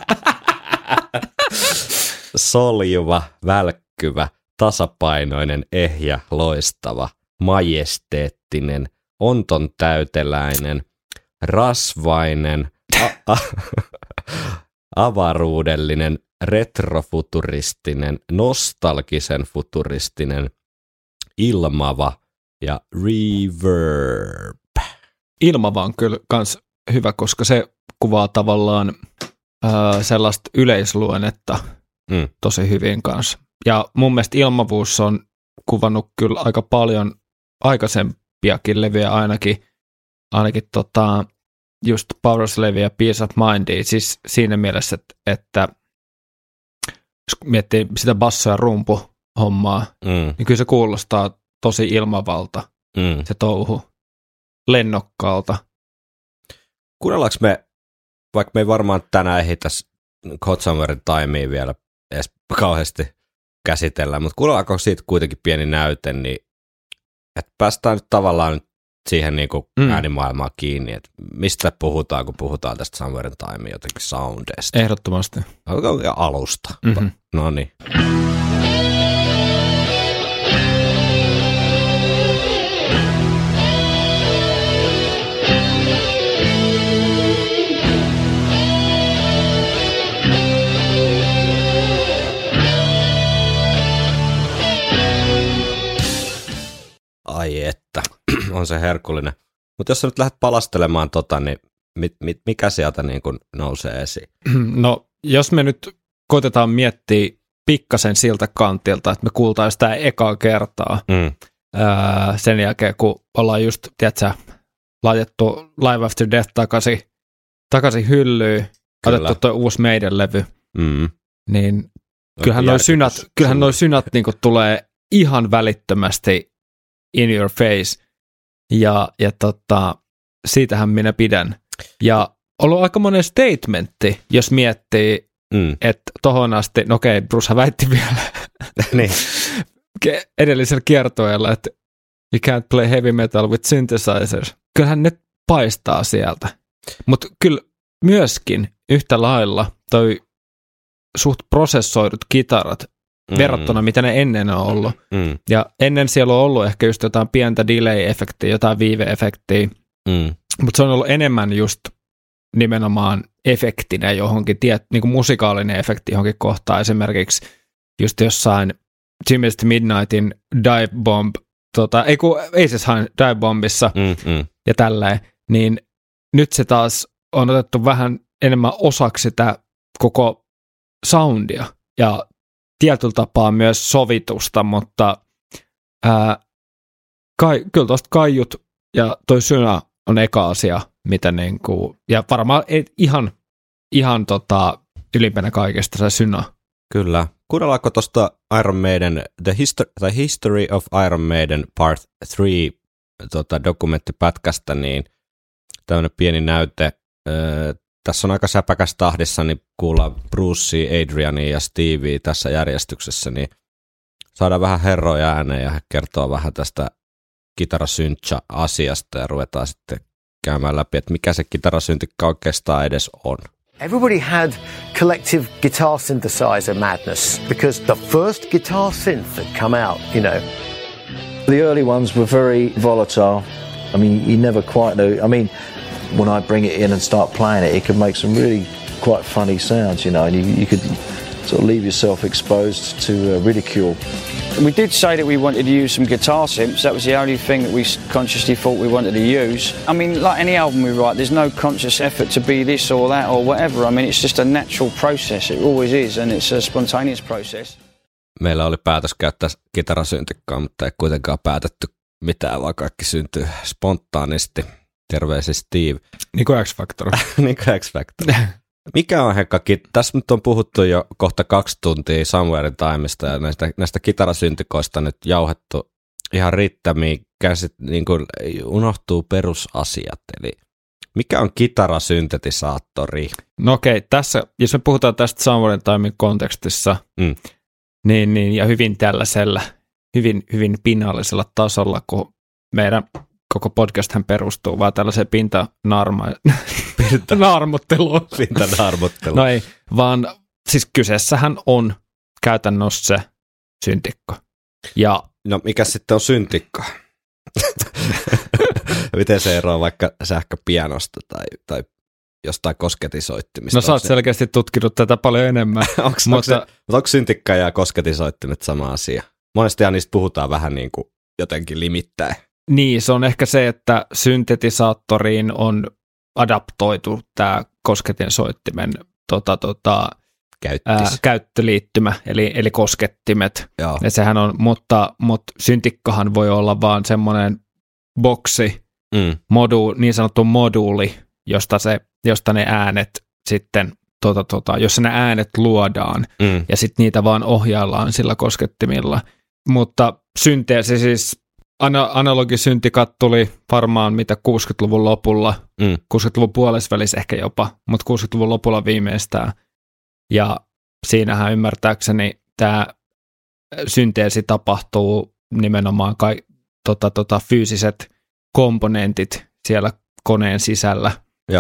Soljuva, välkkyvä, tasapainoinen, ehjä, loistava, majesteettinen, onton täyteläinen, rasvainen, avaruudellinen, retrofuturistinen, nostalgisen futuristinen, ilmava ja reverb. Ilmava on kyllä kans hyvä, koska se kuvaa tavallaan sellaista yleisluonnetta tosi hyvin kanssa. Ja mun mielestä ilmavuus on kuvannut kyllä aika paljon aikaisempiakin levyjä ainakin just Powerslave ja Peace of Mindia, siis siinä mielessä, että jos miettii sitä basso- ja rumpu-hommaa, niin kyllä se kuulostaa tosi ilmavalta, se touhu, lennokkaalta. Kuunnellaanko me, vaikka me ei varmaan tänään ehditä Hot Summerin Timea vielä edes kauheasti käsitellä, mutta kuunnellaanko siitä kuitenkin pieni näyte, niin että päästään nyt tavallaan siihen niin kuin äänimaailmaan kiinni, että mistä puhutaan, kun puhutaan tästä Summerin Timea jotenkin soundista. Ehdottomasti. Ja alusta. No niin. Ai että, on se herkullinen. Mutta jos sä nyt lähdet palastelemaan niin mikä sieltä niin kuin nousee esiin? No, jos me nyt koitetaan miettiä pikkasen siltä kantilta, että me kuultaisiin sitä ekaa kertaa sen jälkeen, kun ollaan just, tiedätkö, laitettu Live After Death takaisin hyllyyn, otettu tuo uusi meidän levy, niin kyllähän noi synät niin kuin tulee ihan välittömästi in your face, ja siitähän minä pidän. Ja ollut aika monen statementti, jos miettii, että tohon asti, no okei, Brucehan väitti vielä niin. edellisellä kiertueella, että you can't play heavy metal with synthesizers. Kyllähän ne paistaa sieltä. Mutta kyllä myöskin yhtä lailla toi suht prosessoidut kitarat, verrattuna mitä ne ennen on ollut. Ja ennen siellä on ollut ehkä just jotain pientä delay-efektiä, jotain viive-efektiä, mutta se on ollut enemmän just nimenomaan efektinä johonkin, niin kuin musikaalinen efekti johonkin kohtaan. Esimerkiksi just jossain Jimmy's Midnightin Dive Bomb, ei se Dive Bombissa ja tälleen, niin nyt se taas on otettu vähän enemmän osaksi sitä koko soundia ja tietyllä tapaa myös sovitusta, mutta kyllä tuosta kaiut ja toi synä on eka asia, mitä niinku, ja varmaan ihan ylimpänä kaikesta se synä. Kyllä. Kuunnellaanko tuosta Iron Maiden, The History of Iron Maiden Part 3 dokumenttipätkästä, niin tämmöinen pieni näyte. Tässä on aika säpäkäs tahdissa, niin kuullaan Brucea, Adriania ja Stevie tässä järjestyksessä, niin saadaan vähän herroja ääneen ja he kertoo vähän tästä kitarasyntsä-asiasta ja ruvetaan sitten käymään läpi, että mikä se kitarasyntikka oikeastaan edes on. Everybody had collective guitar synthesizer madness because the first guitar synth had come out, you know. The early ones were very volatile. I mean, you never quite know. I mean, when I bring it in and start playing it, it could make some really quite funny sounds, you know, and you could sort of leave yourself exposed to ridicule. We did say that we wanted to use some guitar synths. That was the only thing that we consciously thought we wanted to use. I mean, like any album we write, there's no conscious effort to be this or that or whatever. I mean, it's just a natural process. It always is, and it's a spontaneous process. Meillä oli päätös käyttää kitarasyntikkaa, mutta ei kuitenkaan päätetty mitään, vaan kaikki syntyy spontaanisti. Terveisiä Steve. Niin kuin X-Factor. Niin kuin X-Factor. Mikä on Hekka, tässä nyt on puhuttu jo kohta 2 tuntia Somewhere in Timesta ja näistä kitarasyntikoista nyt jauhettu ihan riittämiin, niin kuin unohtuu perusasiat. Eli mikä on kitarasyntetisaattori? No okei, tässä, jos me puhutaan tästä Somewhere in Timen kontekstissa, niin ja hyvin tällaisella, hyvin pinnallisella tasolla, kun meidän koko podcasthän perustuu vaan tällaiseen pintanarmutteluun. Pintanarmutteluun. No ei, vaan siis kyseessähän on käytännössä syntikko. Ja no mikä sitten on syntikko? Miten se eroaa vaikka sähköpianosta tai jostain kosketisoittimista? No sä oot selkeästi tutkinut tätä paljon enemmän. Onko syntikka ja kosketisoittimet sama asia? Monestihan niistä puhutaan vähän niin kuin jotenkin limittäin. Niin, se on ehkä se, että syntetisaattoriin on adaptoitu tämä kosketin soittimen käyttöliittymä, eli koskettimet. Ja sehän on, mutta syntikkahan voi olla vaan semmoinen boksi, niin sanottu moduuli, josta ne äänet sitten, jossa ne äänet luodaan, ja sitten niitä vaan ohjaillaan sillä koskettimilla. Mutta synteesi siis analogisyntikat tuli varmaan mitä 60-luvun lopulla, 60-luvun puolesvälissä ehkä jopa, mutta 60-luvun lopulla viimeistään. Ja siinähän ymmärtääkseni tämä synteesi tapahtuu nimenomaan fyysiset komponentit siellä koneen sisällä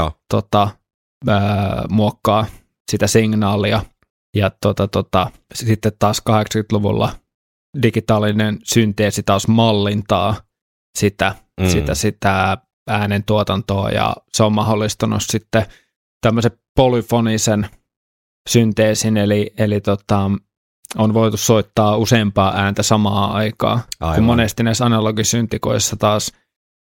muokkaa sitä signaalia. Ja sitten taas 80-luvulla digitaalinen synteesi taas mallintaa sitä äänen tuotantoa, ja se on mahdollistanut sitten tämmöisen polyfonisen synteesin, eli on voitu soittaa useampaa ääntä samaan aikaan. Aivan. Kun monesti näissä analogisyntikoissa taas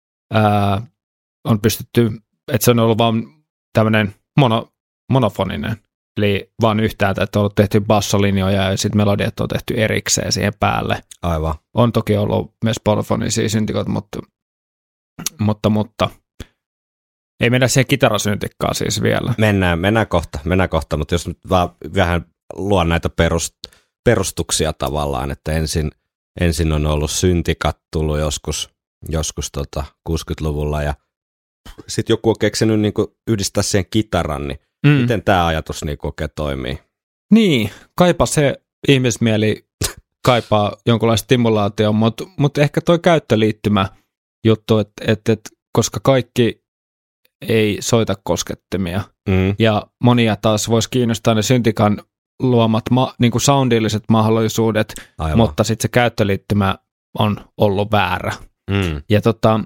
on pystytty, että se on ollut vaan tämmöinen monofoninen, eli vaan yhtäältä, että on ollut tehty bassolinjoja ja sitten melodiat on tehty erikseen siihen päälle. Aivan. On toki ollut myös polyfonisia syntikoita, mutta ei mennä siihen kitarasyntikkaan siis vielä. Mennään kohta, mutta jos nyt vähän luon näitä perustuksia tavallaan, että ensin on ollut syntikat tullut joskus 60-luvulla ja sitten joku on keksinyt niinku yhdistää siihen kitaran, niin miten tämä ajatus niinku oikein toimii? Niin, kaipa se ihmismieli kaipaa jonkunlaista stimulaatioon, mutta ehkä toi käyttöliittymä juttu, että koska kaikki ei soita koskettimia ja monia taas voisi kiinnostaa ne syntikan luomat niin kuin soundilliset mahdollisuudet, aivan, mutta sitten se käyttöliittymä on ollut väärä. Ja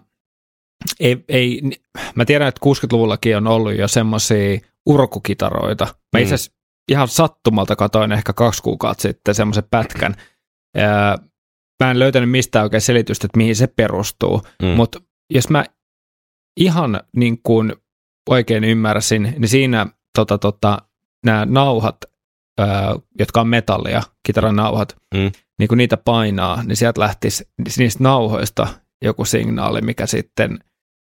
mä tiedän, että 60-luvullakin on ollut jo semmoisia urkukitaroita. Mä itse asiassa ihan sattumalta katoin ehkä 2 kuukautta sitten semmoisen pätkän. Mä en löytänyt mistään oikein selitystä, että mihin se perustuu, mutta jos mä ihan niin kuin oikein ymmärsin, niin siinä nämä nauhat, jotka on metallia, kitaran nauhat, niin kun niitä painaa, niin sieltä lähtisi niistä nauhoista joku signaali, mikä sitten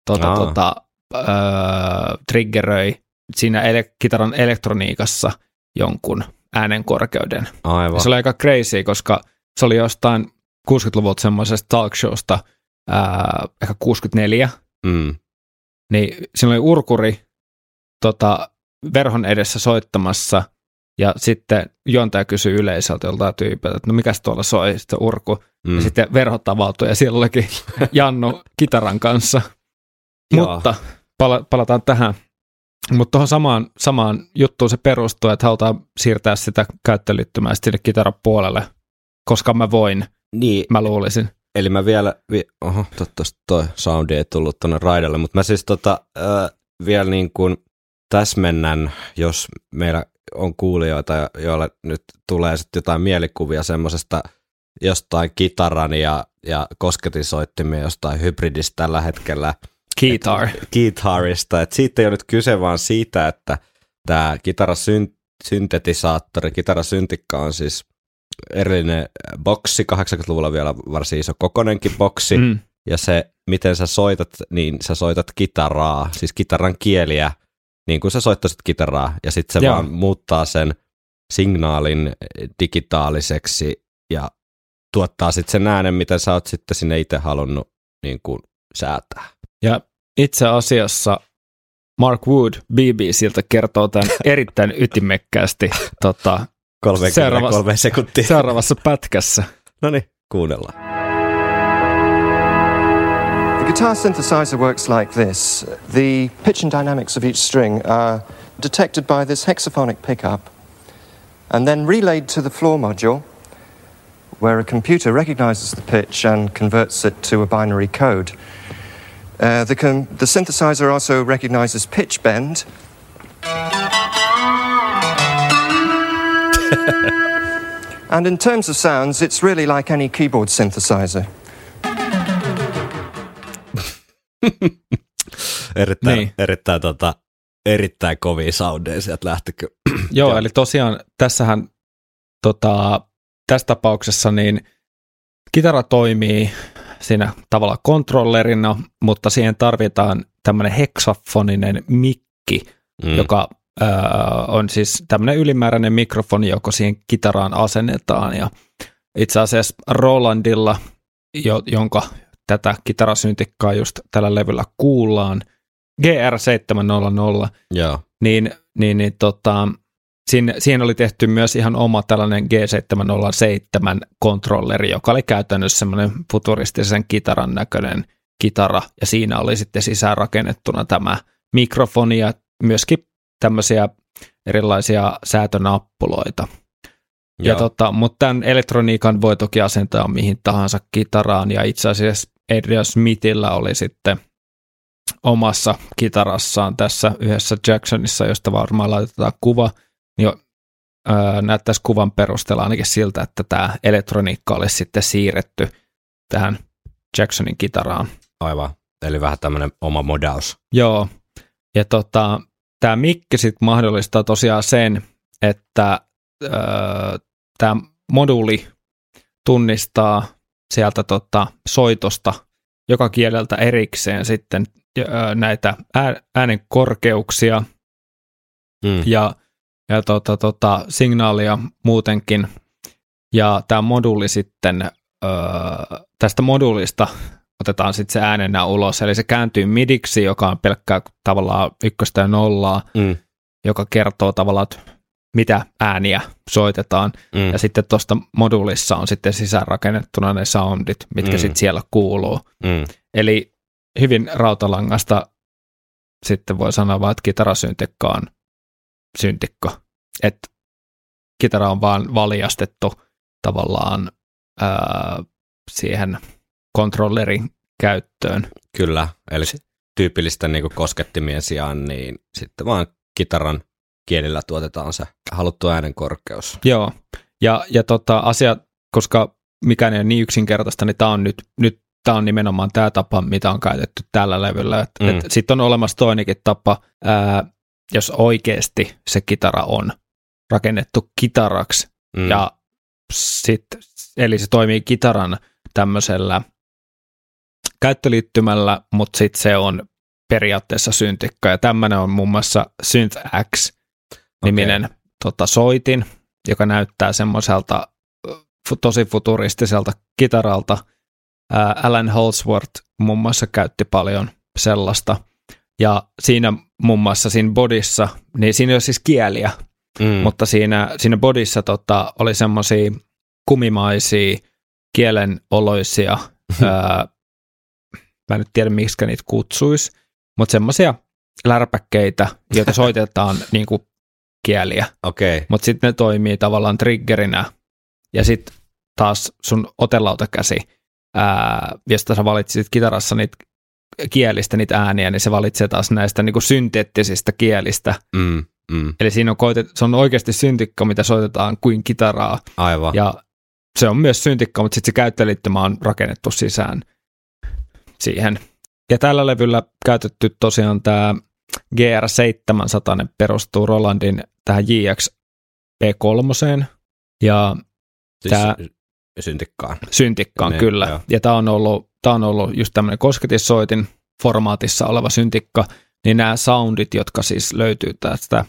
triggeröi siinä kitaran elektroniikassa jonkun äänen korkeuden. Se oli aika crazy, koska se oli jostain 60-luvulta semmoisesta talk showsta, ehkä 64, niin siinä oli urkuri verhon edessä soittamassa, ja sitten juontaja kysyi yleisöltä joltain tyypiltä, että no mikäs tuolla soi, sitten urku, ja sitten verhot avautui, ja siellä olikin Jannu kitaran kanssa. Mutta palataan tähän. Mutta tuohon samaan juttuun se perustuu, että halutaan siirtää sitä käyttöliittymää sinne kitaran puolelle, koska mä voin, mä luulisin. Eli mä toivottavasti toi soundi ei tullut tuonne raidalle, mutta mä siis vielä niin kuin täsmennän, jos meillä on kuulijoita, joille nyt tulee sitten jotain mielikuvia semmoisesta jostain kitaran ja kosketinsoittimia jostain hybridistä tällä hetkellä. Guitarista. Et siitä ei ole nyt kyse vaan siitä, että tämä kitarasynthetisaattori, kitarasyntikka on siis erillinen boksi, 80-luvulla vielä varsin iso kokonenkin boksi, ja se, miten sä soitat, niin sä soitat kitaraa, siis kitaran kieliä, niin kuin sä soittaisit kitaraa, ja sitten se vaan muuttaa sen signaalin digitaaliseksi, ja tuottaa sitten sen äänen, mitä sä oot sitten sinne itse halunnut niin kuin säätää. Ja itse asiassa Mark Wood BBCltä kertoo tämän erittäin ytimekkäästi 33 sekuntia. Seuraavassa pätkässä. No niin, kuunnellaan. The guitar synthesizer works like this. The pitch and dynamics of each string are detected by this hexaphonic pickup and then relayed to the floor module, where a computer recognizes the pitch and converts it to a binary code. The synthesizer also recognizes pitch bend. And in terms of sounds, it's really like any keyboard synthesizer. Erittäin kovia soundeja sieltä lähtikö. Joo, eli tosiaan tässähän tässä tapauksessa niin kitara toimii siinä tavallaan kontrollerina, mutta siihen tarvitaan tämmöinen heksafoninen mikki, joka on siis tämmöinen ylimääräinen mikrofoni, joka siihen kitaraan asennetaan. Ja itse asiassa Rolandilla, jonka tätä kitarasyntikkaa just tällä levyllä kuullaan, GR700, siihen oli tehty myös ihan oma tällainen G707-kontrolleri, joka oli käytännössä semmoinen futuristisen kitaran näköinen kitara, ja siinä oli sitten sisäänrakennettuna tämä mikrofoni ja myöskin tämmöisiä erilaisia säätönappuloita. Mutta tämän elektroniikan voi toki asentaa mihin tahansa kitaraan, ja itse asiassa Adrian Smithillä oli sitten omassa kitarassaan tässä yhdessä Jacksonissa, josta varmaan laitetaan kuva, jo näyttäisi kuvan perusteella ainakin siltä, että tämä elektroniikka olisi sitten siirretty tähän Jacksonin kitaraan. Aivan, eli vähän tämmöinen oma modaus. Joo, ja tämä mikki sitten mahdollistaa tosiaan sen, että tämä moduuli tunnistaa sieltä soitosta joka kieleltä erikseen sitten näitä äänen korkeuksia ja signaalia muutenkin. Ja tämä moduuli sitten, tästä moduulista otetaan sitten se äänenä ulos, eli se kääntyy midiksi, joka on pelkkää tavallaan 1 ja 0, joka kertoo tavallaan, että mitä ääniä soitetaan. Ja sitten tuosta moduulissa on sitten sisäänrakennettuna ne soundit, mitkä sitten siellä kuuluu. Eli hyvin rautalangasta sitten voi sanoa vaan, että kitarasyntikka on syntikko. Että kitara on vaan valjastettu tavallaan siihen kontrollerin käyttöön. Kyllä, eli tyypillistä niin kuin koskettimien sijaan, niin sitten vaan kitaran kielillä tuotetaan se haluttu äänen korkeus. Joo, ja asia, koska mikään ei ole niin yksinkertaista, niin tämä on nyt tämä on nimenomaan tämä tapa, mitä on käytetty tällä levyllä. Sitten on olemassa toinenkin tapa, jos oikeasti se kitara on rakennettu kitaraksi, ja eli se toimii kitaran tämmöisellä käyttöliittymällä, mutta sitten se on periaatteessa syntikka, ja tämmöinen on muun muassa SynthX-niminen soitin, joka näyttää semmoiselta tosi futuristiselta kitaralta. Alan Holdsworth muun muassa käytti paljon sellaista, ja siinä muun muassa siinä bodyssa, niin siinä ei ole siis kieliä, mutta siinä bodyssa oli semmoisia kumimaisia, kielenoloisia, mä en nyt tiedä miksi niitä kutsuisi, mutta semmoisia lärpäkkeitä, joita soitetaan niin kuin kieliä, mutta sitten ne toimii tavallaan triggerinä, ja sitten taas sun otelautakäsi, josta sä valitsit kitarassa niitä kielistä, niitä ääniä, niin se valitsee taas näistä niin kuin synteettisistä kielistä Eli siinä on se on oikeasti syntikka, mitä soitetaan kuin kitaraa. Aivan. Ja se on myös syntikka, mutta sitten se käyttöliittymä on rakennettu sisään siihen. Ja tällä levyllä käytetty tosiaan tämä GR700 perustuu Rolandin tähän JX P3. Ja siis syntikkaan ne, kyllä. Joo. Ja tämä on ollut just tämmöinen kosketissoitin formaatissa oleva syntikka, niin nämä soundit, jotka siis löytyy tästä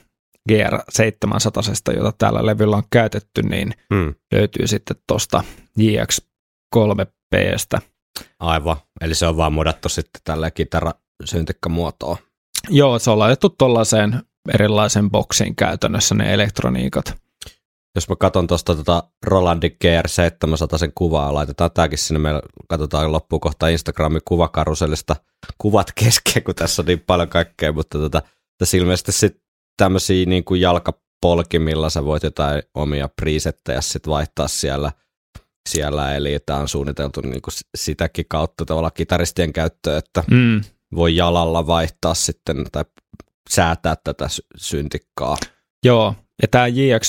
GR700, jota täällä levyllä on käytetty, niin löytyy sitten tuosta JX3P:stä. Aivan, eli se on vaan modattu sitten tällä kitarasyntikkamuotoon. Joo, se on laitettu tuollaiseen erilaisen boksiin käytännössä ne elektroniikat. Jos mä katson tuosta Rolandin GR700 kuvaa, laitetaan tämäkin sinne, me katsotaan loppuun kohta Instagramin kuvakarusellista kuvat kesken, kun tässä on niin paljon kaikkea, mutta tässä ilmeisesti sitten tämmöisiä niin kuin jalkapolkimilla sä voit jotain omia presettejä sitten vaihtaa siellä, eli tämä on suunniteltu niin kuin sitäkin kautta tavallaan kitaristien käyttöön, että voi jalalla vaihtaa sitten tai säätää tätä syntikkaa. Joo, ja tämä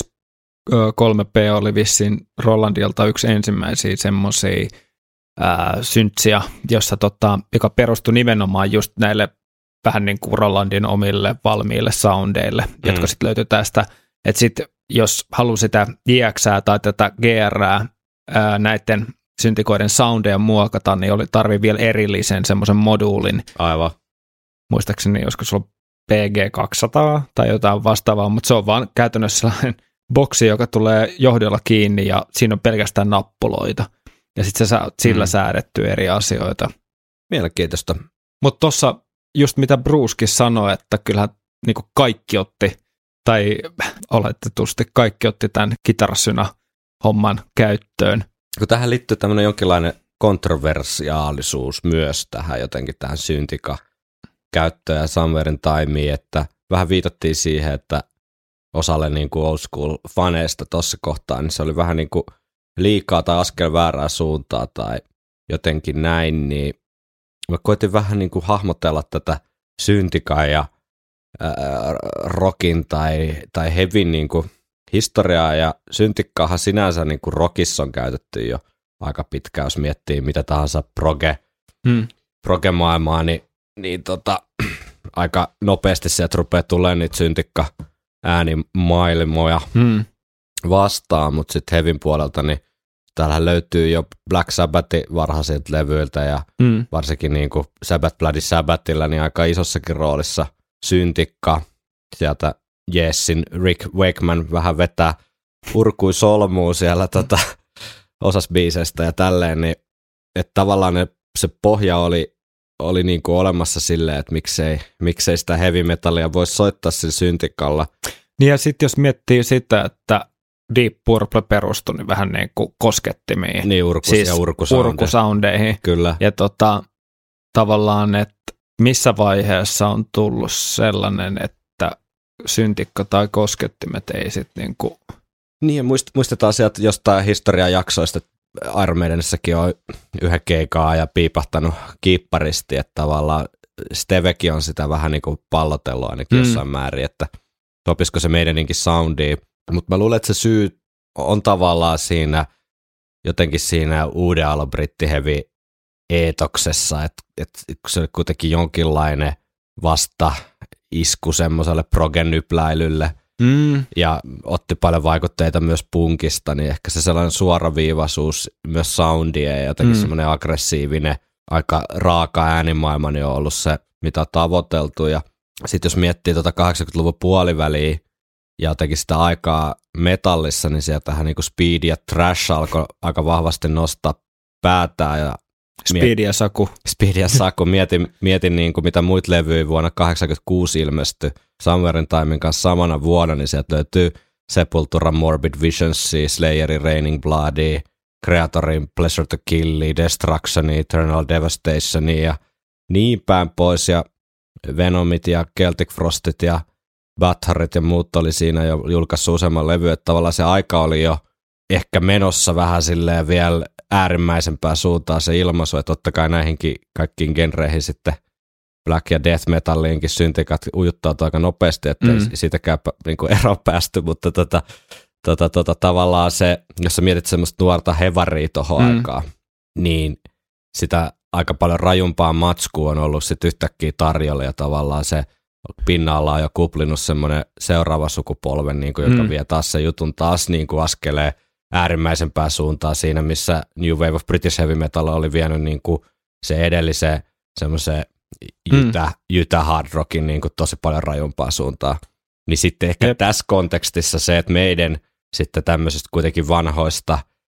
JX3P oli vissiin Rolandilta yksi ensimmäisiä semmoisia syntsiä, joka perustui nimenomaan just näille vähän niin kuin Rolandin omille valmiille soundeille, jotka sitten löytyi tästä. Että sitten jos haluaa sitä JX:ää tai tätä GR:ää näiden syntikoiden soundeja muokata, niin tarvii vielä erillisen semmoisen moduulin. Aivan. Muistaakseni joskus on PG200 tai jotain vastaavaa, mutta se on vaan käytännössä sellainen boksi, joka tulee johdolla kiinni ja siinä on pelkästään nappuloita. Ja sitten sä saat sillä säädettyä eri asioita. Mielenkiintoista. Mutta tuossa just mitä Brucekin sanoi, että kyllähän niin kaikki otti, tai oletetusti kaikki otti tämän kitarasynä-homman käyttöön. Kun tähän liittyy tämmöinen jonkinlainen kontroversiaalisuus myös tähän syntika-käyttöön ja Somewherein Timeen, että vähän viitattiin siihen, että osalle niin kuin old school faneista tuossa kohtaa, niin se oli vähän niin kuin liikaa tai askel väärää suuntaa tai jotenkin näin, niin mä koitin vähän niin kuin hahmotella tätä syntikan ja rockin tai heavyn niin kuin historiaa, ja syntikkaahan sinänsä niin kuin rockissa on käytetty jo aika pitkään, jos miettii mitä tahansa proge-maailmaa, niin aika nopeasti sieltä rupeaa tulemaan niitä syntikka äänimaailmoja vastaan, mutta sitten heavyn puolelta, niin täällähän löytyy jo Black Sabbathin varhaisilta levyiltä ja varsinkin niin kuin Sabbath Bloody Sabbathilla niin aika isossakin roolissa syntikka. Sieltä Yesin Rick Wakeman vähän vetää urkui solmuu siellä osas biiseistä ja tälleen, niin että tavallaan se pohja oli niin kuin olemassa silleen, että miksei sitä heavy metallia voisi soittaa sillä syntikalla. Niin ja sitten jos miettii sitä, että Deep Purple perustui niin vähän niin kuin koskettimiin. Niin, siis ja urkusoundeihin. Kyllä. Ja tavallaan, että missä vaiheessa on tullut sellainen, että syntikka tai koskettimet ei sitten niin kuin... Niin, ja muistetaan sieltä jostain historiajaksoista, että Iron Maidenissäkin on yhden keikaa ja piipahtanut kiipparisti, että tavallaan Stevekin on sitä vähän niin kuin pallotellut ainakin jossain määrin, että sopisiko se meidäninkin soundiin. Mutta mä luulen, että se syy on tavallaan siinä jotenkin siinä uuden aallon brittiheavy eetoksessa, että se oli kuitenkin jonkinlainen vastaisku semmoiselle progenypläilylle ja otti paljon vaikutteita myös punkista, niin ehkä se sellainen suoraviivaisuus myös soundien ja jotenkin semmoinen aggressiivinen, aika raaka äänimaailma niin on ollut se, mitä on tavoiteltu. Ja sitten jos miettii 80-luvun puoliväliä ja jotenkin sitä aikaa metallissa, niin sieltähän niinku speed ja trash alkoi aika vahvasti nostaa päätään. Ja Speed ja Saku. Speed ja Saku. Mietin niin kuin mitä muita levyjä vuonna 1986 ilmestyi Somewherein Timen kanssa samana vuonna, niin sieltä löytyy Sepultura, Morbid Visionsia, Slayerin Raining Bloodia, Creatorin Pleasure to Killia, Destructionia, Eternal Devastationia ja niin päin pois. Ja Venomit ja Celtic Frostit ja Bathorit ja muut oli siinä jo julkaissut useamman levy, että tavallaan se aika oli jo ehkä menossa vähän silleen vielä äärimmäisempää suuntaan se ilmaisu, että totta kai näihinkin kaikkiin genreihin sitten black ja death metalliinkin syntikat ujuttautuu aika nopeasti, että siitäkään niinku eroon päästy, mutta tavallaan se, jos sä mietit semmoista nuorta hevaria tohon aikaan, niin sitä aika paljon rajumpaa matskua on ollut sitten yhtäkkiä tarjolla ja tavallaan se pinnalla on jo kuplinut semmoinen seuraava sukupolven, niin kuin, joka vie taas sen jutun taas niin kuin askelee äärimmäisempää suuntaan siinä, missä New Wave of British Heavy Metal oli vienyt niin kuin se edellisen semmoisen jytä hard rockin niin kuin tosi paljon rajumpaa suuntaan. Niin sitten ehkä tässä kontekstissa se, että meidän sitten tämmöisistä kuitenkin vanhoista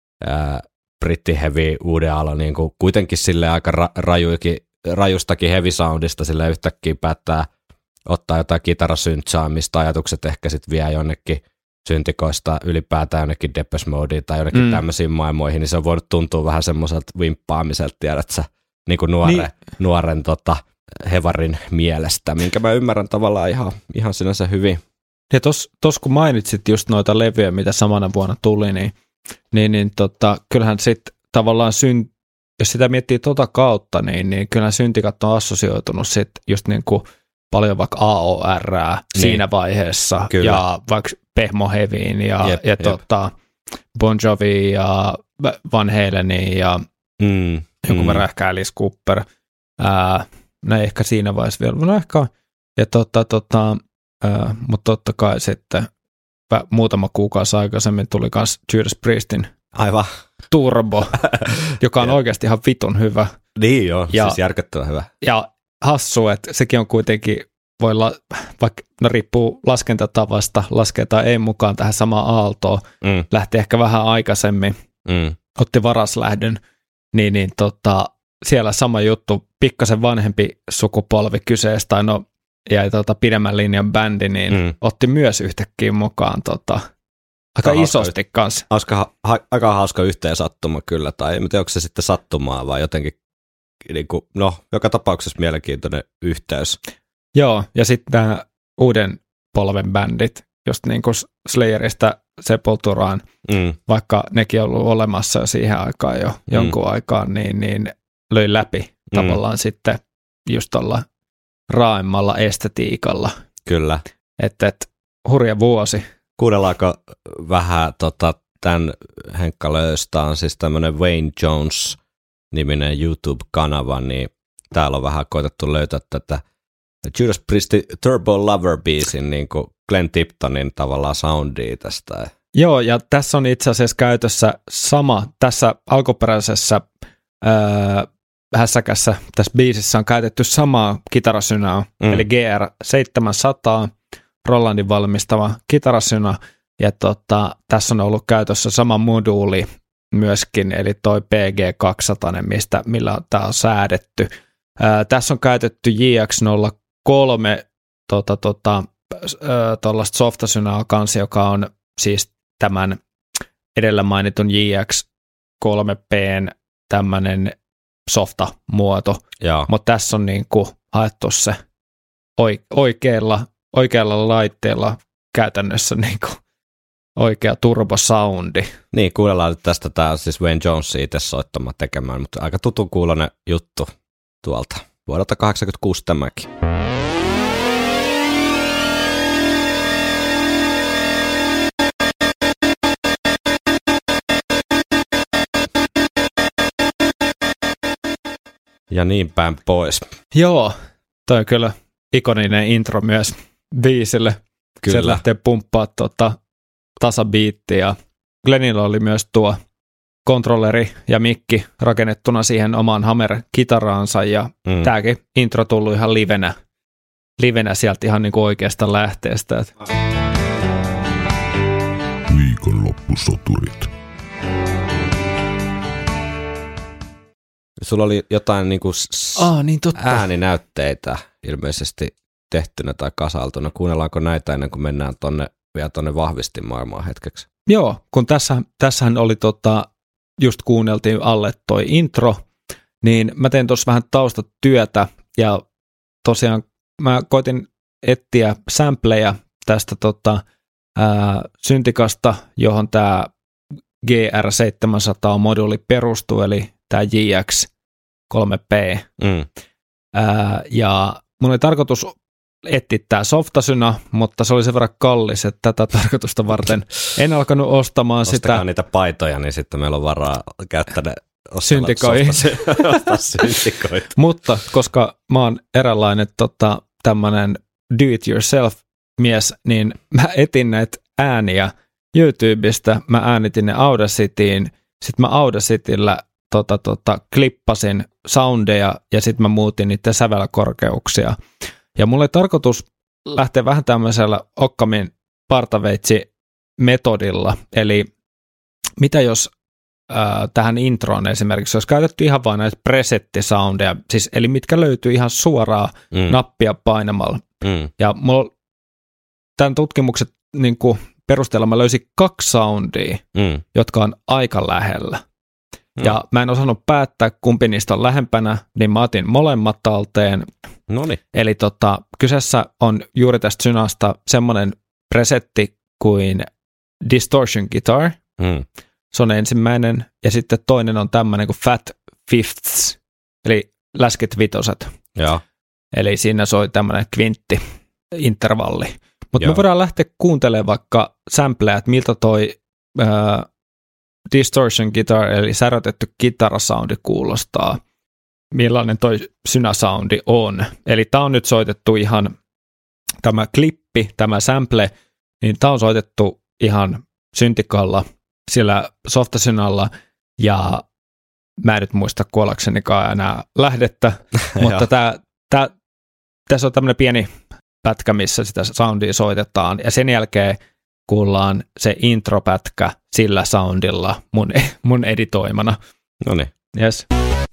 brittiheavy uuden alan niin kuin kuitenkin sille aika rajustakin heavy soundista sille yhtäkkiä päättää ottaa jotain kitarasyntsaamista, ajatukset ehkä sitten vie jonnekin syntikoista ylipäätään jonnekin Depeche Modeen tai jonnekin tämmöisiin maailmoihin, niin se on voinut tuntua vähän semmoiselta vimppaamiselta, tiedätkö, niin kuin nuoren hevarin mielestä, minkä mä ymmärrän tavallaan ihan sinänsä hyvin. Ja tos kun mainitsit just noita levyjä, mitä samana vuonna tuli, niin kyllähän sitten tavallaan jos sitä miettii kautta, niin kyllähän syntikat on assosioitunut sitten just niin kuin paljon vaikka AOR:ää siinä vaiheessa, kyllä. Ja vaikka Pehmo Heavyin ja Bon Jovi ja Van Halenin ja joku verran ehkä Alice Cooper. No ehkä siinä vaiheessa vielä, no ehkä, ja mutta totta kai sitten muutama kuukausi aikaisemmin tuli myös Judas Priestin aivan Turbo, joka on oikeasti ihan vitun hyvä. Niin joo, siis järkyttävän hyvä. Ja hassu, että sekin on kuitenkin, vaikka riippuu laskentatavasta, laskee tai ei mukaan tähän samaan aaltoon, lähti ehkä vähän aikaisemmin, otti varaslähdön, niin siellä sama juttu, pikkasen vanhempi sukupolvi kyseessä, ja pidemmän linjan bändi, niin otti myös yhtäkkiä mukaan aika isosti kanssa. Aika hauska yhteensattuma kyllä, tai en tiedä, onko se sitten sattumaa vai jotenkin, niin kuin, joka tapauksessa mielenkiintoinen yhteys. Joo, ja sitten nämä uuden polven bändit, just niin kuin Slayerista Sepulturaan, vaikka nekin on ollut olemassa jo siihen aikaan jo jonkun aikaan, niin löi läpi tavallaan sitten just tuolla raaimmalla estetiikalla. Kyllä. Että hurja vuosi. Kuunnellaanko vähän tämän Henkka Lööstä on siis tämmöinen Wayne Jones-niminen YouTube-kanava, niin täällä on vähän koetettu löytää tätä Judas Priestin Turbo Lover-biisin niin kuin Glenn Tiptonin tavallaan soundia tästä. Joo, ja tässä on itse asiassa käytössä sama, tässä alkuperäisessä hässäkässä, tässä biisissä on käytetty samaa kitarasynää, eli GR700, Rolandin valmistama kitarasynä, ja tässä on ollut käytössä sama moduuli myöskin, eli toi PG200, millä tämä on säädetty. Tässä on käytetty JX03 tuollaista softasynää kanssa, joka on siis tämän edellä mainitun JX3P:n tämmöinen softa-muoto, mutta tässä on niinku haettu se oikealla laitteella käytännössä niinku oikea turbosoundi. Niin, kuunnellaan nyt tästä, tämä on siis Wayne Jones itse soittama tekemään, mutta aika tutun kuuloinen juttu tuolta. Vuodelta 1986 tämäkin. Ja niin päin pois. Joo, toi on kyllä ikoninen intro myös biisille. Kyllä. Se lähtee pumppaa tasabiittiä. Ja Glennillä oli myös tuo kontrolleri ja mikki rakennettuna siihen omaan Hammer-kitaraansa, ja tämäkin intro tullut ihan livenä sieltä ihan niin kuin oikeasta lähteestä. Viikonloppusoturit. Sulla oli jotain niin kuin niin ääninäytteitä ilmeisesti tehtynä tai kasaltuna. Kuunnellaanko näitä ennen kuin mennään vielä tuonne vahvistimaailmaan hetkeksi? Joo, kun tässähän oli just kuunneltiin alle toi intro, niin mä tein tuossa vähän taustatyötä, ja tosiaan mä koitin etsiä sampleja tästä syntikasta, johon tämä GR700-moduuli perustuu, eli tämä JX3P. Ja mun oli tarkoitus etsiä tämä Softasyna, mutta se oli sen verran kallis, että tätä tarkoitusta varten en alkanut ostamaan Ostakaa sitä. niitä paitoja, niin sitten meillä on varaa käyttää ne Syntikoihin. ostaa syntikoita. Mutta koska mä oon eräänlainen tämmönen do-it-yourself-mies, niin mä etin näitä ääniä YouTubesta, mä äänitin ne Audacityin, sitten mä Audacityllä klippasin soundeja ja sitten mä muutin niiden sävelkorkeuksia. Ja mulla oli tarkoitus lähteä vähän tämmöisellä Okkamin partaveitsi-metodilla, eli mitä jos tähän introon esimerkiksi olisi käytetty ihan vain näitä presettisoundeja, siis eli mitkä löytyy ihan suoraan nappia painamalla. Ja mulla tämän tutkimuksen niin kuin perusteella mä löysin 2 soundia, jotka on aika lähellä. Ja mä en osannut päättää, kumpi niistä on lähempänä, niin mä otin molemmat talteen. Noniin. Eli kyseessä on juuri tästä synasta semmoinen presetti kuin Distortion Guitar. Se on ensimmäinen. Ja sitten toinen on tämmöinen kuin Fat Fifths, eli läskit vitoset. Ja. Eli siinä soi tämmöinen kvintti-intervalli. Mutta me voidaan lähteä kuuntelemaan vaikka sampleja, että miltä toi Distortion Guitar, eli särötetty kitarasoundi kuulostaa, millainen toi synäsoundi on. Eli tää on nyt soitettu ihan, tämä klippi, tämä sample, niin tää on soitettu ihan syntikalla, sillä Softasynalla, ja mä en nyt muista kuollaksenikaan enää lähdettä, mutta tässä on tämmöinen pieni pätkä, missä sitä soundia soitetaan, ja sen jälkeen kuullaan se intropätkä sillä soundilla mun editoimana. Noniin. Yes.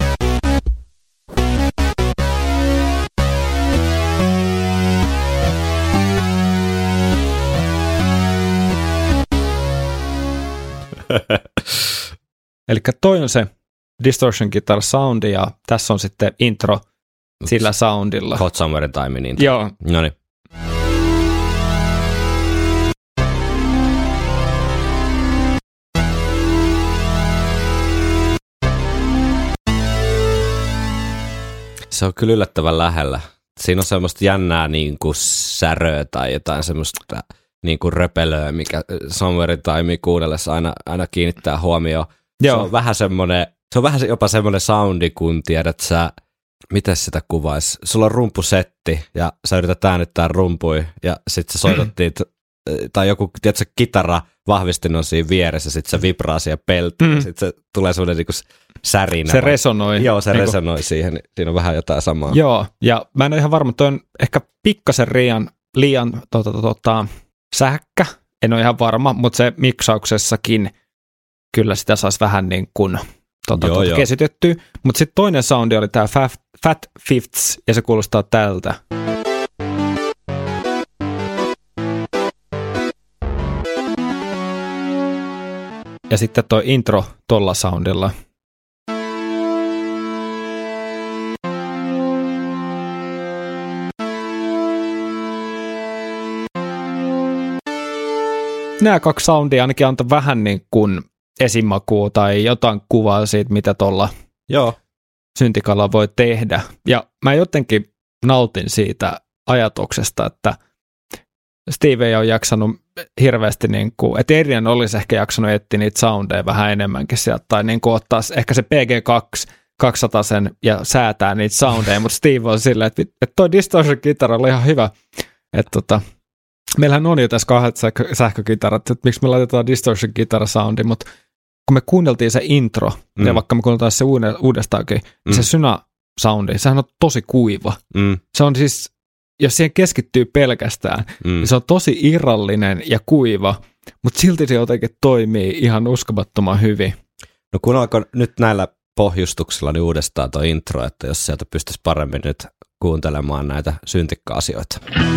Eli toi on se Distortion Guitar soundi ja tässä on sitten intro sillä soundilla. Hot Summer Timein intro. Joo. Noniin. Se on kyllä yllättävän lähellä. Siinä on semmoista jännää niin kuin säröä tai jotain semmoista niin kuin röpelöä, mikä Summer Time kuunnellessa aina kiinnittää huomioon. Joo. Se on vähän jopa semmoinen soundi, kun tiedät sä, miten sitä kuvaisi. Sulla on rumpusetti ja sä yrität äänittää rumpui ja sit sä soitat niitä, tai joku, tiedätkö, kitara vahvistin on siinä vieressä, sit se vibraa siihen peltiin ja sit se tulee semmoinen niinku särinä. Se resonoi. Joo, se resonoi siihen. Siinä on vähän jotain samaa. Joo, ja mä en ole ihan varma, toi on ehkä pikkasen liian sähkkä. En ole ihan varma, mutta se miksauksessakin kyllä sitä saisi vähän niin kuin kesitettyä. Mutta sitten toinen soundi oli tämä Fat Fifths, ja se kuulostaa tältä. Ja sitten toi intro tolla soundilla. Nämä 2 soundia ainakin antaa vähän niin kuin esimakua tai jotain kuvaa siitä, mitä tuolla syntikalla voi tehdä. Ja mä jotenkin nautin siitä ajatuksesta, että Steve ei ole jaksanut hirveästi, niin kuin, että Adrian olisi ehkä jaksanut etsiä niitä soundeja vähän enemmänkin sieltä, tai niin kuin ottaa ehkä se PG2 200 ja säätää niitä soundeja, mutta Steve on silleen, että toi Distortion Guitar oli ihan hyvä, että meillähän on jo tässä 2 sähkökitarat, että miksi me laitetaan Distortion Guitar soundi, mutta kun me kuunneltiin se intro, ja vaikka me kuunneltaan se uudestaankin, niin se synä-soundi, sehän on tosi kuiva. Se on siis, jos siihen keskittyy pelkästään, niin se on tosi irrallinen ja kuiva, mutta silti se jotenkin toimii ihan uskomattoman hyvin. No kuunnelko nyt näillä pohjustuksilla niin uudestaan tuo intro, että jos sieltä pystyisi paremmin nyt kuuntelemaan näitä syntikka-asioita.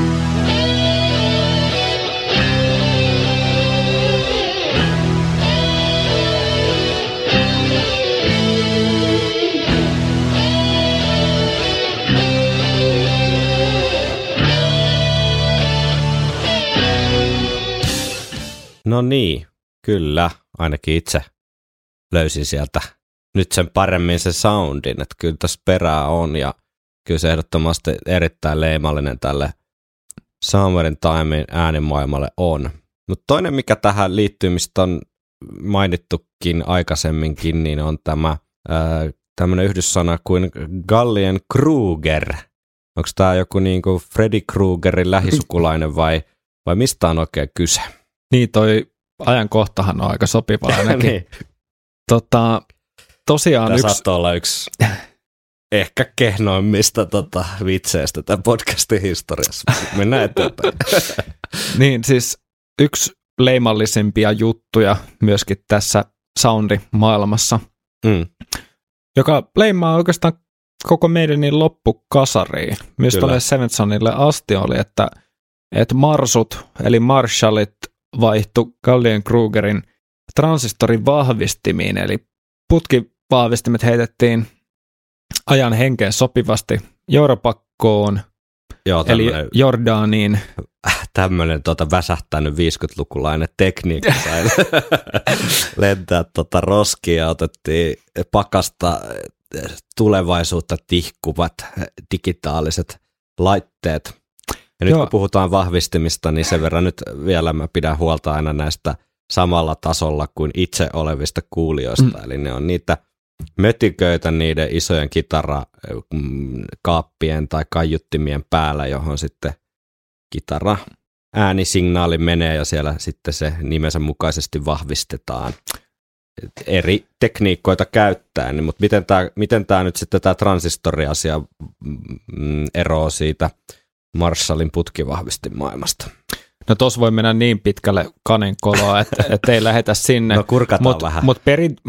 No niin, kyllä. Ainakin itse löysin sieltä nyt sen paremmin sen soundin, että kyllä tässä perää on. Ja kyllä se ehdottomasti erittäin leimallinen tälle Summer Timein äänimaailmalle on. Mutta toinen, mikä tähän liittyy, mistä on mainittukin aikaisemminkin, niin on tämä tämmöinen yhdyssana kuin Gallien-Kruger. Onko tämä joku niinku Freddy Kruegerin lähisukulainen vai mistä on oikein kyse? Niin, toi ajankohtahan on aika sopiva ainakin. Niin. Tosiaan tämä saattoi olla yksi ehkä kehnoimmista vitseistä tämän podcastin historiassa. Mennään eteenpäin. Niin, siis yksi leimallisimpia juttuja myöskin tässä soundimaailmassa, joka leimaa oikeastaan koko meidän loppukasariin. Myös tuolle Seventh Sonille asti oli, että marsut, eli Marshallit, vaihtui Gallien-Krugerin transistorin vahvistimiin, eli putkivahvistimet heitettiin ajan henkeen sopivasti Europakkoon, eli Jordaniin. Tämmöinen väsähtänyt 50-lukulainen tekniikka sai lentää roskia ja otettiin pakasta tulevaisuutta tihkuvat digitaaliset laitteet. Ja nyt kun puhutaan vahvistimista, niin sen verran nyt vielä mä pidän huolta aina näistä samalla tasolla kuin itse olevista kuulijoista. Eli ne on niitä mötiköitä niiden isojen kitarakaappien tai kaiuttimien päällä, johon sitten kitara äänisignaali menee ja siellä sitten se nimensä mukaisesti vahvistetaan eri tekniikoita käyttäen. Mutta miten tämä nyt sitten tämä transistoriasia eroaa siitä Marshallin putkivahvistin maailmasta? No tuossa voi mennä niin pitkälle kanenkoloa, että ei lähetä sinne. No kurkataan vähän. Mutta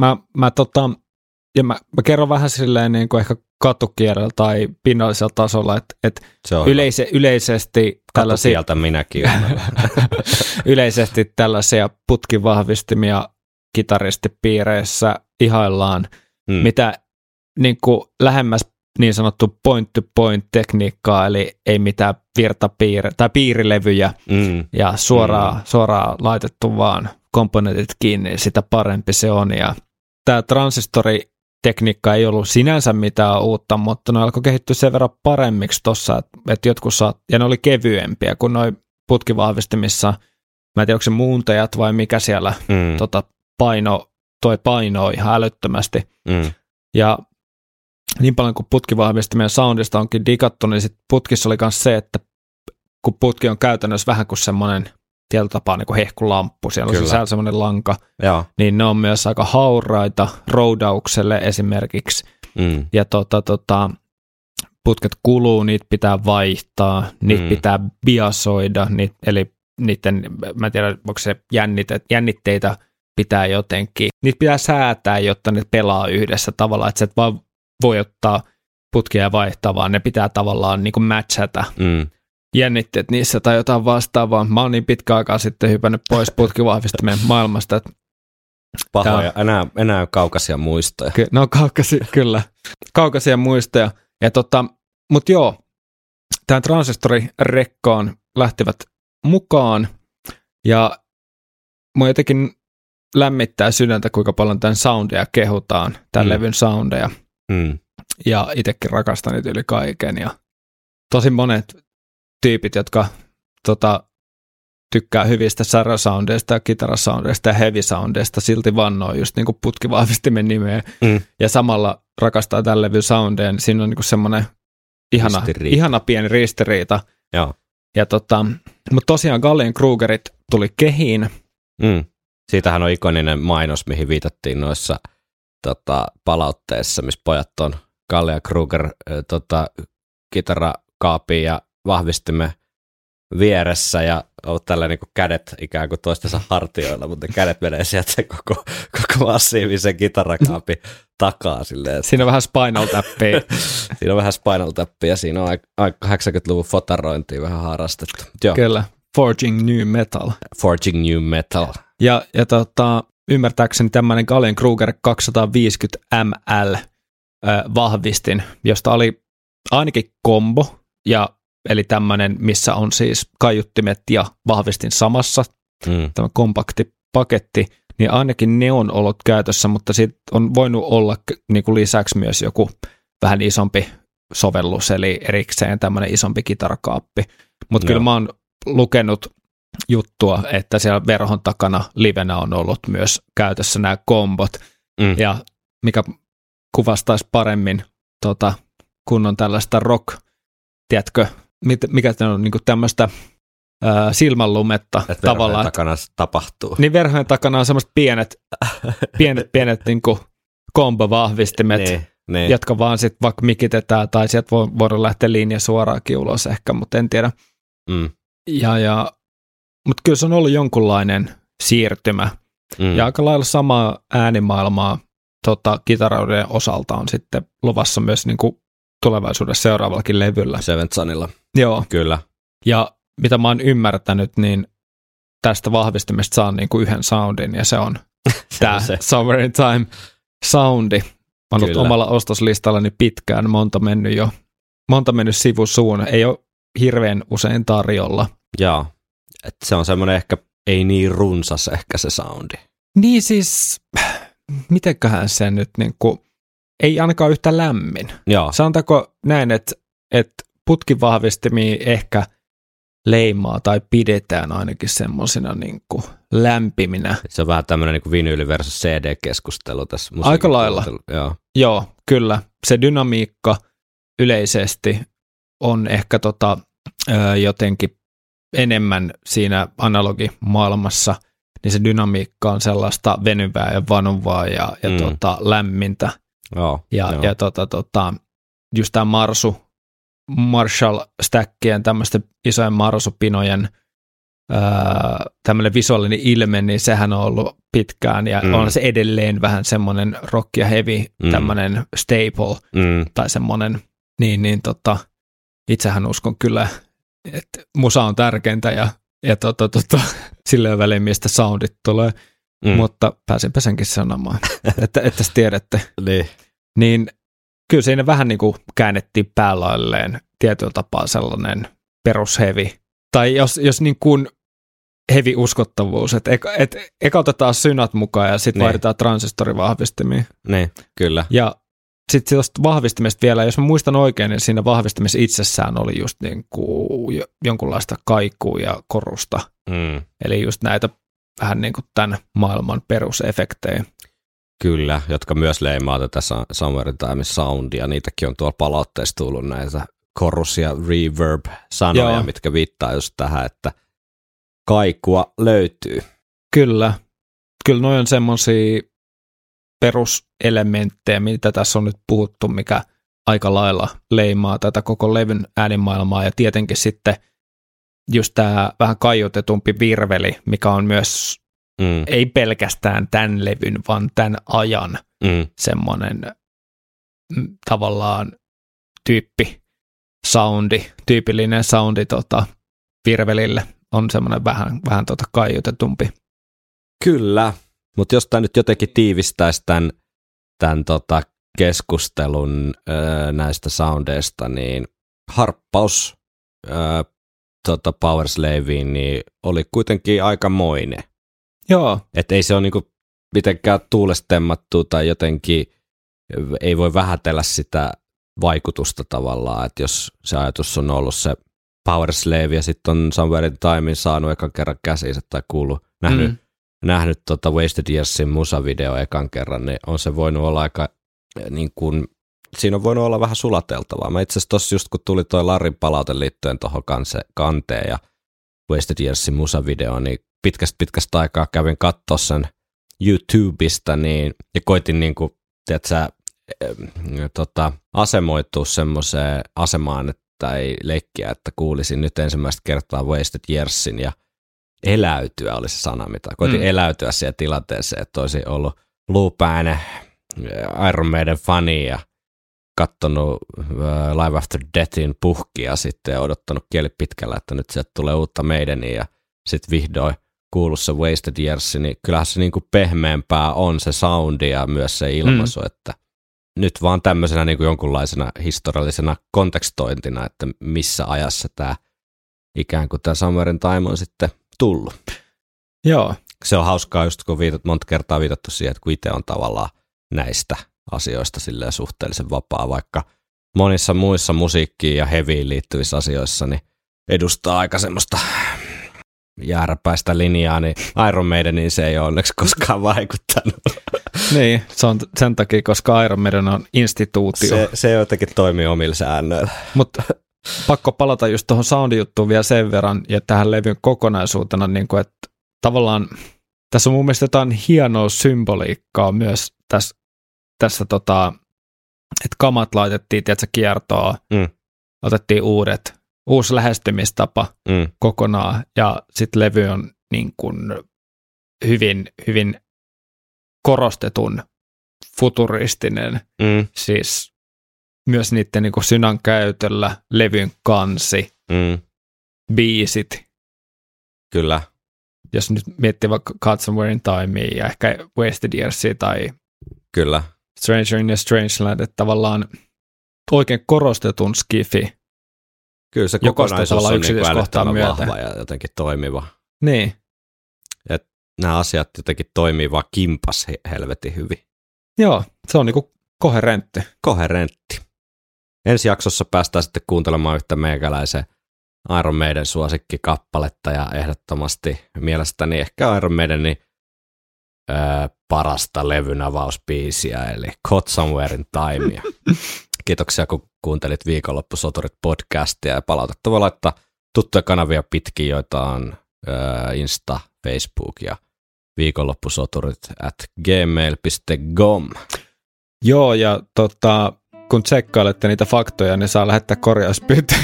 mä kerron vähän silleen niin kuin ehkä katukierrellä tai pinnallisella tasolla, että yleisesti tällaisia katukieltä minäkin yleisesti tällaisia putkivahvistimia kitaristipiireissä ihaillaan, mitä niin kuin lähemmäs niin sanottu point-to-point-tekniikkaa, eli ei mitään tai piirilevyjä ja suoraan laitettu vaan komponentit kiinni, sitä parempi se on. Ja tämä transistoritekniikka ei ollut sinänsä mitään uutta, mutta ne alkoi kehittyä sen verran paremmiksi tuossa, että jotkut ja ne oli kevyempiä kuin noi putkivahvistimissa. Mä en tiedä, onko se muuntajat vai mikä siellä paino ihan älyttömästi. Ja niin paljon kuin putkivahvistimien soundista onkin digattu, niin sit putkissa oli myös se, että kun putki on käytännössä vähän kuin semmoinen tietyllä tapaa niin kuin hehkulamppu, siellä on sisällä semmoinen lanka, niin ne on myös aika hauraita roudaukselle esimerkiksi. Ja putket kuluu, niitä pitää vaihtaa, niitä pitää biasoida, eli niiden, mä en tiedä, onko se jännitteitä pitää jotenkin, niitä pitää säätää, jotta ne pelaa yhdessä tavallaan, että sä et vaan voi ottaa putkia ja vaihtaa, vaan ne pitää tavallaan niin kuin matchata jännitteet niissä tai jotain vastaavaa. Mä oon niin pitkä aikaa sitten hypännyt pois putkivahvistimien maailmasta. Että pahoja, enää kaukaisia muistoja. No kyllä, kaukaisia muistoja. Mutta joo, tähän transistorirekkaan lähtivät mukaan ja mua jotenkin lämmittää sydäntä, kuinka paljon tämän soundia kehutaan, tämän levyn soundeja. Ja itsekin rakastan niitä yli kaiken. Ja tosi monet tyypit, jotka tykkää hyvistä särösoundeista ja kitarasoundeista ja heavy-soundeista, silti vannoo just niin kuin putkivahvistimen nimeä. Ja samalla rakastaa tämän levyn soundeen. Siinä on niin kuin semmoinen ihana pieni ristiriita. Joo. Ja mutta tosiaan Gallien-Krugerit tuli kehiin. Siitähän on ikoninen mainos, mihin viitattiin noissa palautteissa, missä pojat on Gallien-Kruger kitarakaapiin ja vahvistimme vieressä ja on tällä niin kuin kädet ikään kuin toistensa hartioilla, mutta kädet menee sieltä se koko massiivisen kitarakaapin takaa. Silleen, Siinä on vähän Spinal Tappia. Siinä on vähän Spinal Tappia ja siinä on aika 80-luvun fotarointia vähän harrastettu. Joo. Kyllä, Forging New Metal. Forging New Metal. Ja ymmärtääkseni tämmöinen Gallien-Kruger 250 ml vahvistin, josta oli ainakin kombo, eli tämmöinen, missä on siis kaiuttimet ja vahvistin samassa, tämä kompakti paketti, niin ainakin ne on ollut käytössä, mutta siitä on voinut olla niin kuin lisäksi myös joku vähän isompi sovellus, eli erikseen tämmöinen isompi kitarakaappi. Mutta kyllä mä oon lukenut juttua, että siellä verhon takana livenä on ollut myös käytössä nämä kombot, ja mikä kuvastaisi paremmin kunnon tällaista rock, tiedätkö, mikä se on niinku tämmöistä silmänlumetta että tavallaan. Verhojen takana tapahtuu. Niin verhojen takana on semmoiset pienet niinku kombovahvistimet, niin. jotka vaan sitten vaikka mikitetään, tai sieltä voidaan lähteä linja suoraankin ulos ehkä, mutta en tiedä. Mutta kyllä se on ollut jonkunlainen siirtymä. Ja aika lailla samaa äänimaailmaa kitarauden osalta on sitten luvassa myös niinku tulevaisuudessa seuraavallakin levyllä. Seventh Sonilla. Joo. Kyllä. Ja mitä mä oon ymmärtänyt, niin tästä vahvistimesta saa niinku yhden soundin, ja se on tämä Somewhere in Time soundi. Mä oon ollut omalla ostoslistallani pitkään, monta mennyt sivusuun. Ei ole hirveän usein tarjolla. Joo, että se on semmoinen ehkä ei niin runsas ehkä se soundi. Niin siis, mitenköhän se nyt niinku, ei ainakaan yhtä lämmin. Joo. Sanotaanko näin, että putkivahvistimia ehkä leimaa tai pidetään ainakin semmosina niinku lämpiminä. Se on vähän tämmöinen niinku vinyyli versus CD-keskustelu tässä musiikin. Aika lailla. Joo, kyllä. Se dynamiikka yleisesti on ehkä jotenkin enemmän siinä analogimaailmassa, niin se dynamiikka on sellaista venyvää ja vanuvaa ja lämmintä. Ja just tämä Marshall-stäkkien tämmöisten isojen marsupinojen tämmöinen visuaalinen ilme, niin sehän on ollut pitkään, ja on se edelleen vähän semmoinen rock ja heavy, tämmöinen staple, tai semmoinen, itsehän uskon kyllä, että musa on tärkeintä, ja silleen väliin, mistä soundit tulee, mutta pääsinpä senkin sanomaan, että tiedätte. Niin kyllä siinä vähän niin kuin käännettiin päälailleen tietyllä tapaa sellainen perushevi. Tai jos niin kuin heavy uskottavuus, että eka otetaan synat mukaan ja sitten vaihdetaan transistorivahvistimia. Niin, kyllä. Ja sitten tuosta vahvistimesta vielä, jos mä muistan oikein, niin siinä vahvistimessa itsessään oli just niin kuin jonkunlaista kaikua ja korusta. Eli just näitä vähän niin kuin tämän maailman perusefektejä. Kyllä, jotka myös leimaa tätä Somewhere in Time soundia. Niitäkin on tuolla palautteessa tullut näitä chorus- ja reverb-sanoja, mitkä viittaa just tähän, että kaikua löytyy. Kyllä noi on semmoisia peruselementtejä, mitä tässä on nyt puhuttu, mikä aika lailla leimaa tätä koko levyn äänimaailmaa, ja tietenkin sitten just tämä vähän kaiutetumpi virveli, mikä on myös ei pelkästään tämän levyn, vaan tämän ajan semmoinen tavallaan tyypillinen soundi virvelille on semmoinen vähän kaiutetumpi. Kyllä, mutta jos tämä nyt jotenkin tiivistäisi tämän keskustelun näistä soundeista, niin harppaus Powerslaveen niin oli kuitenkin aikamoinen. Joo. Että ei se ole niinku mitenkään tuulestemmattu tai jotenkin ei voi vähätellä sitä vaikutusta tavallaan, että jos se ajatus on ollut se Powerslave ja sitten on Somewhere in Timein saanut ekan kerran käsiinsä tai nähnyt Wasted Yearsin musavideo ekan kerran, niin on se voinut olla aika niin kuin, siinä on voinut olla vähän sulateltavaa. Mä itse asiassa tossa just kun tuli toi Larrin palaute liittyen tuohon kanteen ja Wasted Yearsin musavideo, niin pitkästä aikaa kävin katsoa sen YouTubesta niin, ja koitin niin kuin, tiedätkö, asemoitua semmoiseen asemaan, että ei leikkiä, että kuulisin nyt ensimmäistä kertaa Wasted Yearsin ja eläytyä oli se sana, mitä koitin eläytyä siihen tilanteeseen, että olisi ollut luupäinen Iron Maiden fani ja katsonut Live After Deathin puhkia sitten ja odottanut kieli pitkällä, että nyt sieltä tulee uutta Maidenia ja sitten vihdoin kuullut se Wasted Years, niin kyllähän se niinku pehmeämpää on se soundi ja myös se ilmaisu, että nyt vaan tämmöisenä niinku jonkunlaisena historiallisena kontekstointina, että missä ajassa tämä ikään kuin tämä Somewhere in Time on sitten tullut. Joo. Se on hauskaa just kun monta kertaa viitattu siihen, että kun itse on tavallaan näistä asioista silleen suhteellisen vapaa, vaikka monissa muissa musiikkiin ja heavyyn liittyvissä asioissa niin edustaa aika semmoista jääräpäistä linjaa, niin Iron Maideniin se ei ole onneksi koskaan vaikuttanut. Niin, se on sen takia, koska Iron Maiden on instituutio. Se jotenkin toimii omilla säännöillä. Mutta pakko palata just tuohon soundijuttuun vielä sen verran ja tähän levyn kokonaisuutena, niin kuin, että tavallaan tässä on mun mielestä jotain hienoa symboliikkaa myös tässä että kamat laitettiin, tiedätkö, kiertoa, otettiin uusi lähestymistapa kokonaan ja sitten levy on niin kuin hyvin, hyvin korostetun futuristinen, siis myös niiden niin kuin synän käytöllä, levyn kansi, biisit. Kyllä. Jos nyt miettii vaikka Caught Somewhere in Timea ja ehkä Wasted Yearsia tai Kyllä. Stranger in a Strangeland, että tavallaan oikein korostetun skifi. Kyllä se kokonaisuus on niin älyttömän vahva ja jotenkin toimiva. Niin. Ja nämä asiat jotenkin toimii vaan kimpas helvetin hyvin. Joo, se on niinku koherentti. Koherentti. Ensi jaksossa päästään sitten kuuntelemaan yhtä meikäläisen Iron Maiden suosikkikappaletta ja ehdottomasti mielestäni ehkä Iron Maidenin parasta levyn avausbiisiä, eli Caught Somewhere in Timea. Kiitoksia, kun kuuntelit Viikonloppusoturit podcastia ja palautetta voi laittaa tuttuja kanavia pitkin, joita on Insta, Facebook ja viikonloppusoturit@gmail.com. Joo, ja kun tsekkailette niitä faktoja, niin saa lähettää korjauspyyntöjä.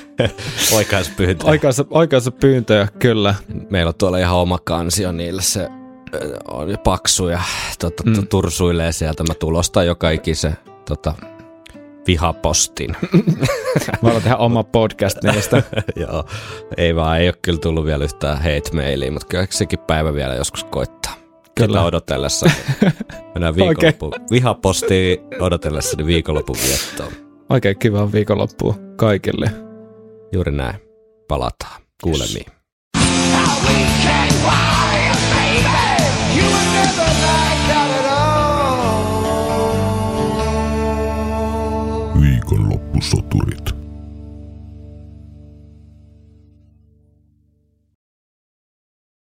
Oikaisupyyntöjä, kyllä. Meillä on tuolla ihan oma kansio niille, se on jo paksu ja tursuilee sieltä. Mä tulostan joka ikisen vihapostin. Mä voin tehdä oma podcast niistä. Joo, ei ole kyllä tullut vielä yhtään hate-mailia, mutta kyllä sekin päivä vielä joskus koittaa. Kyllä odotellessa. Mennään vihapostiin odotellessa viikonlopun viettoon. Oikein kiva viikonloppua kaikille. Juuri näin. Palataan. Kuulemiin. Yes.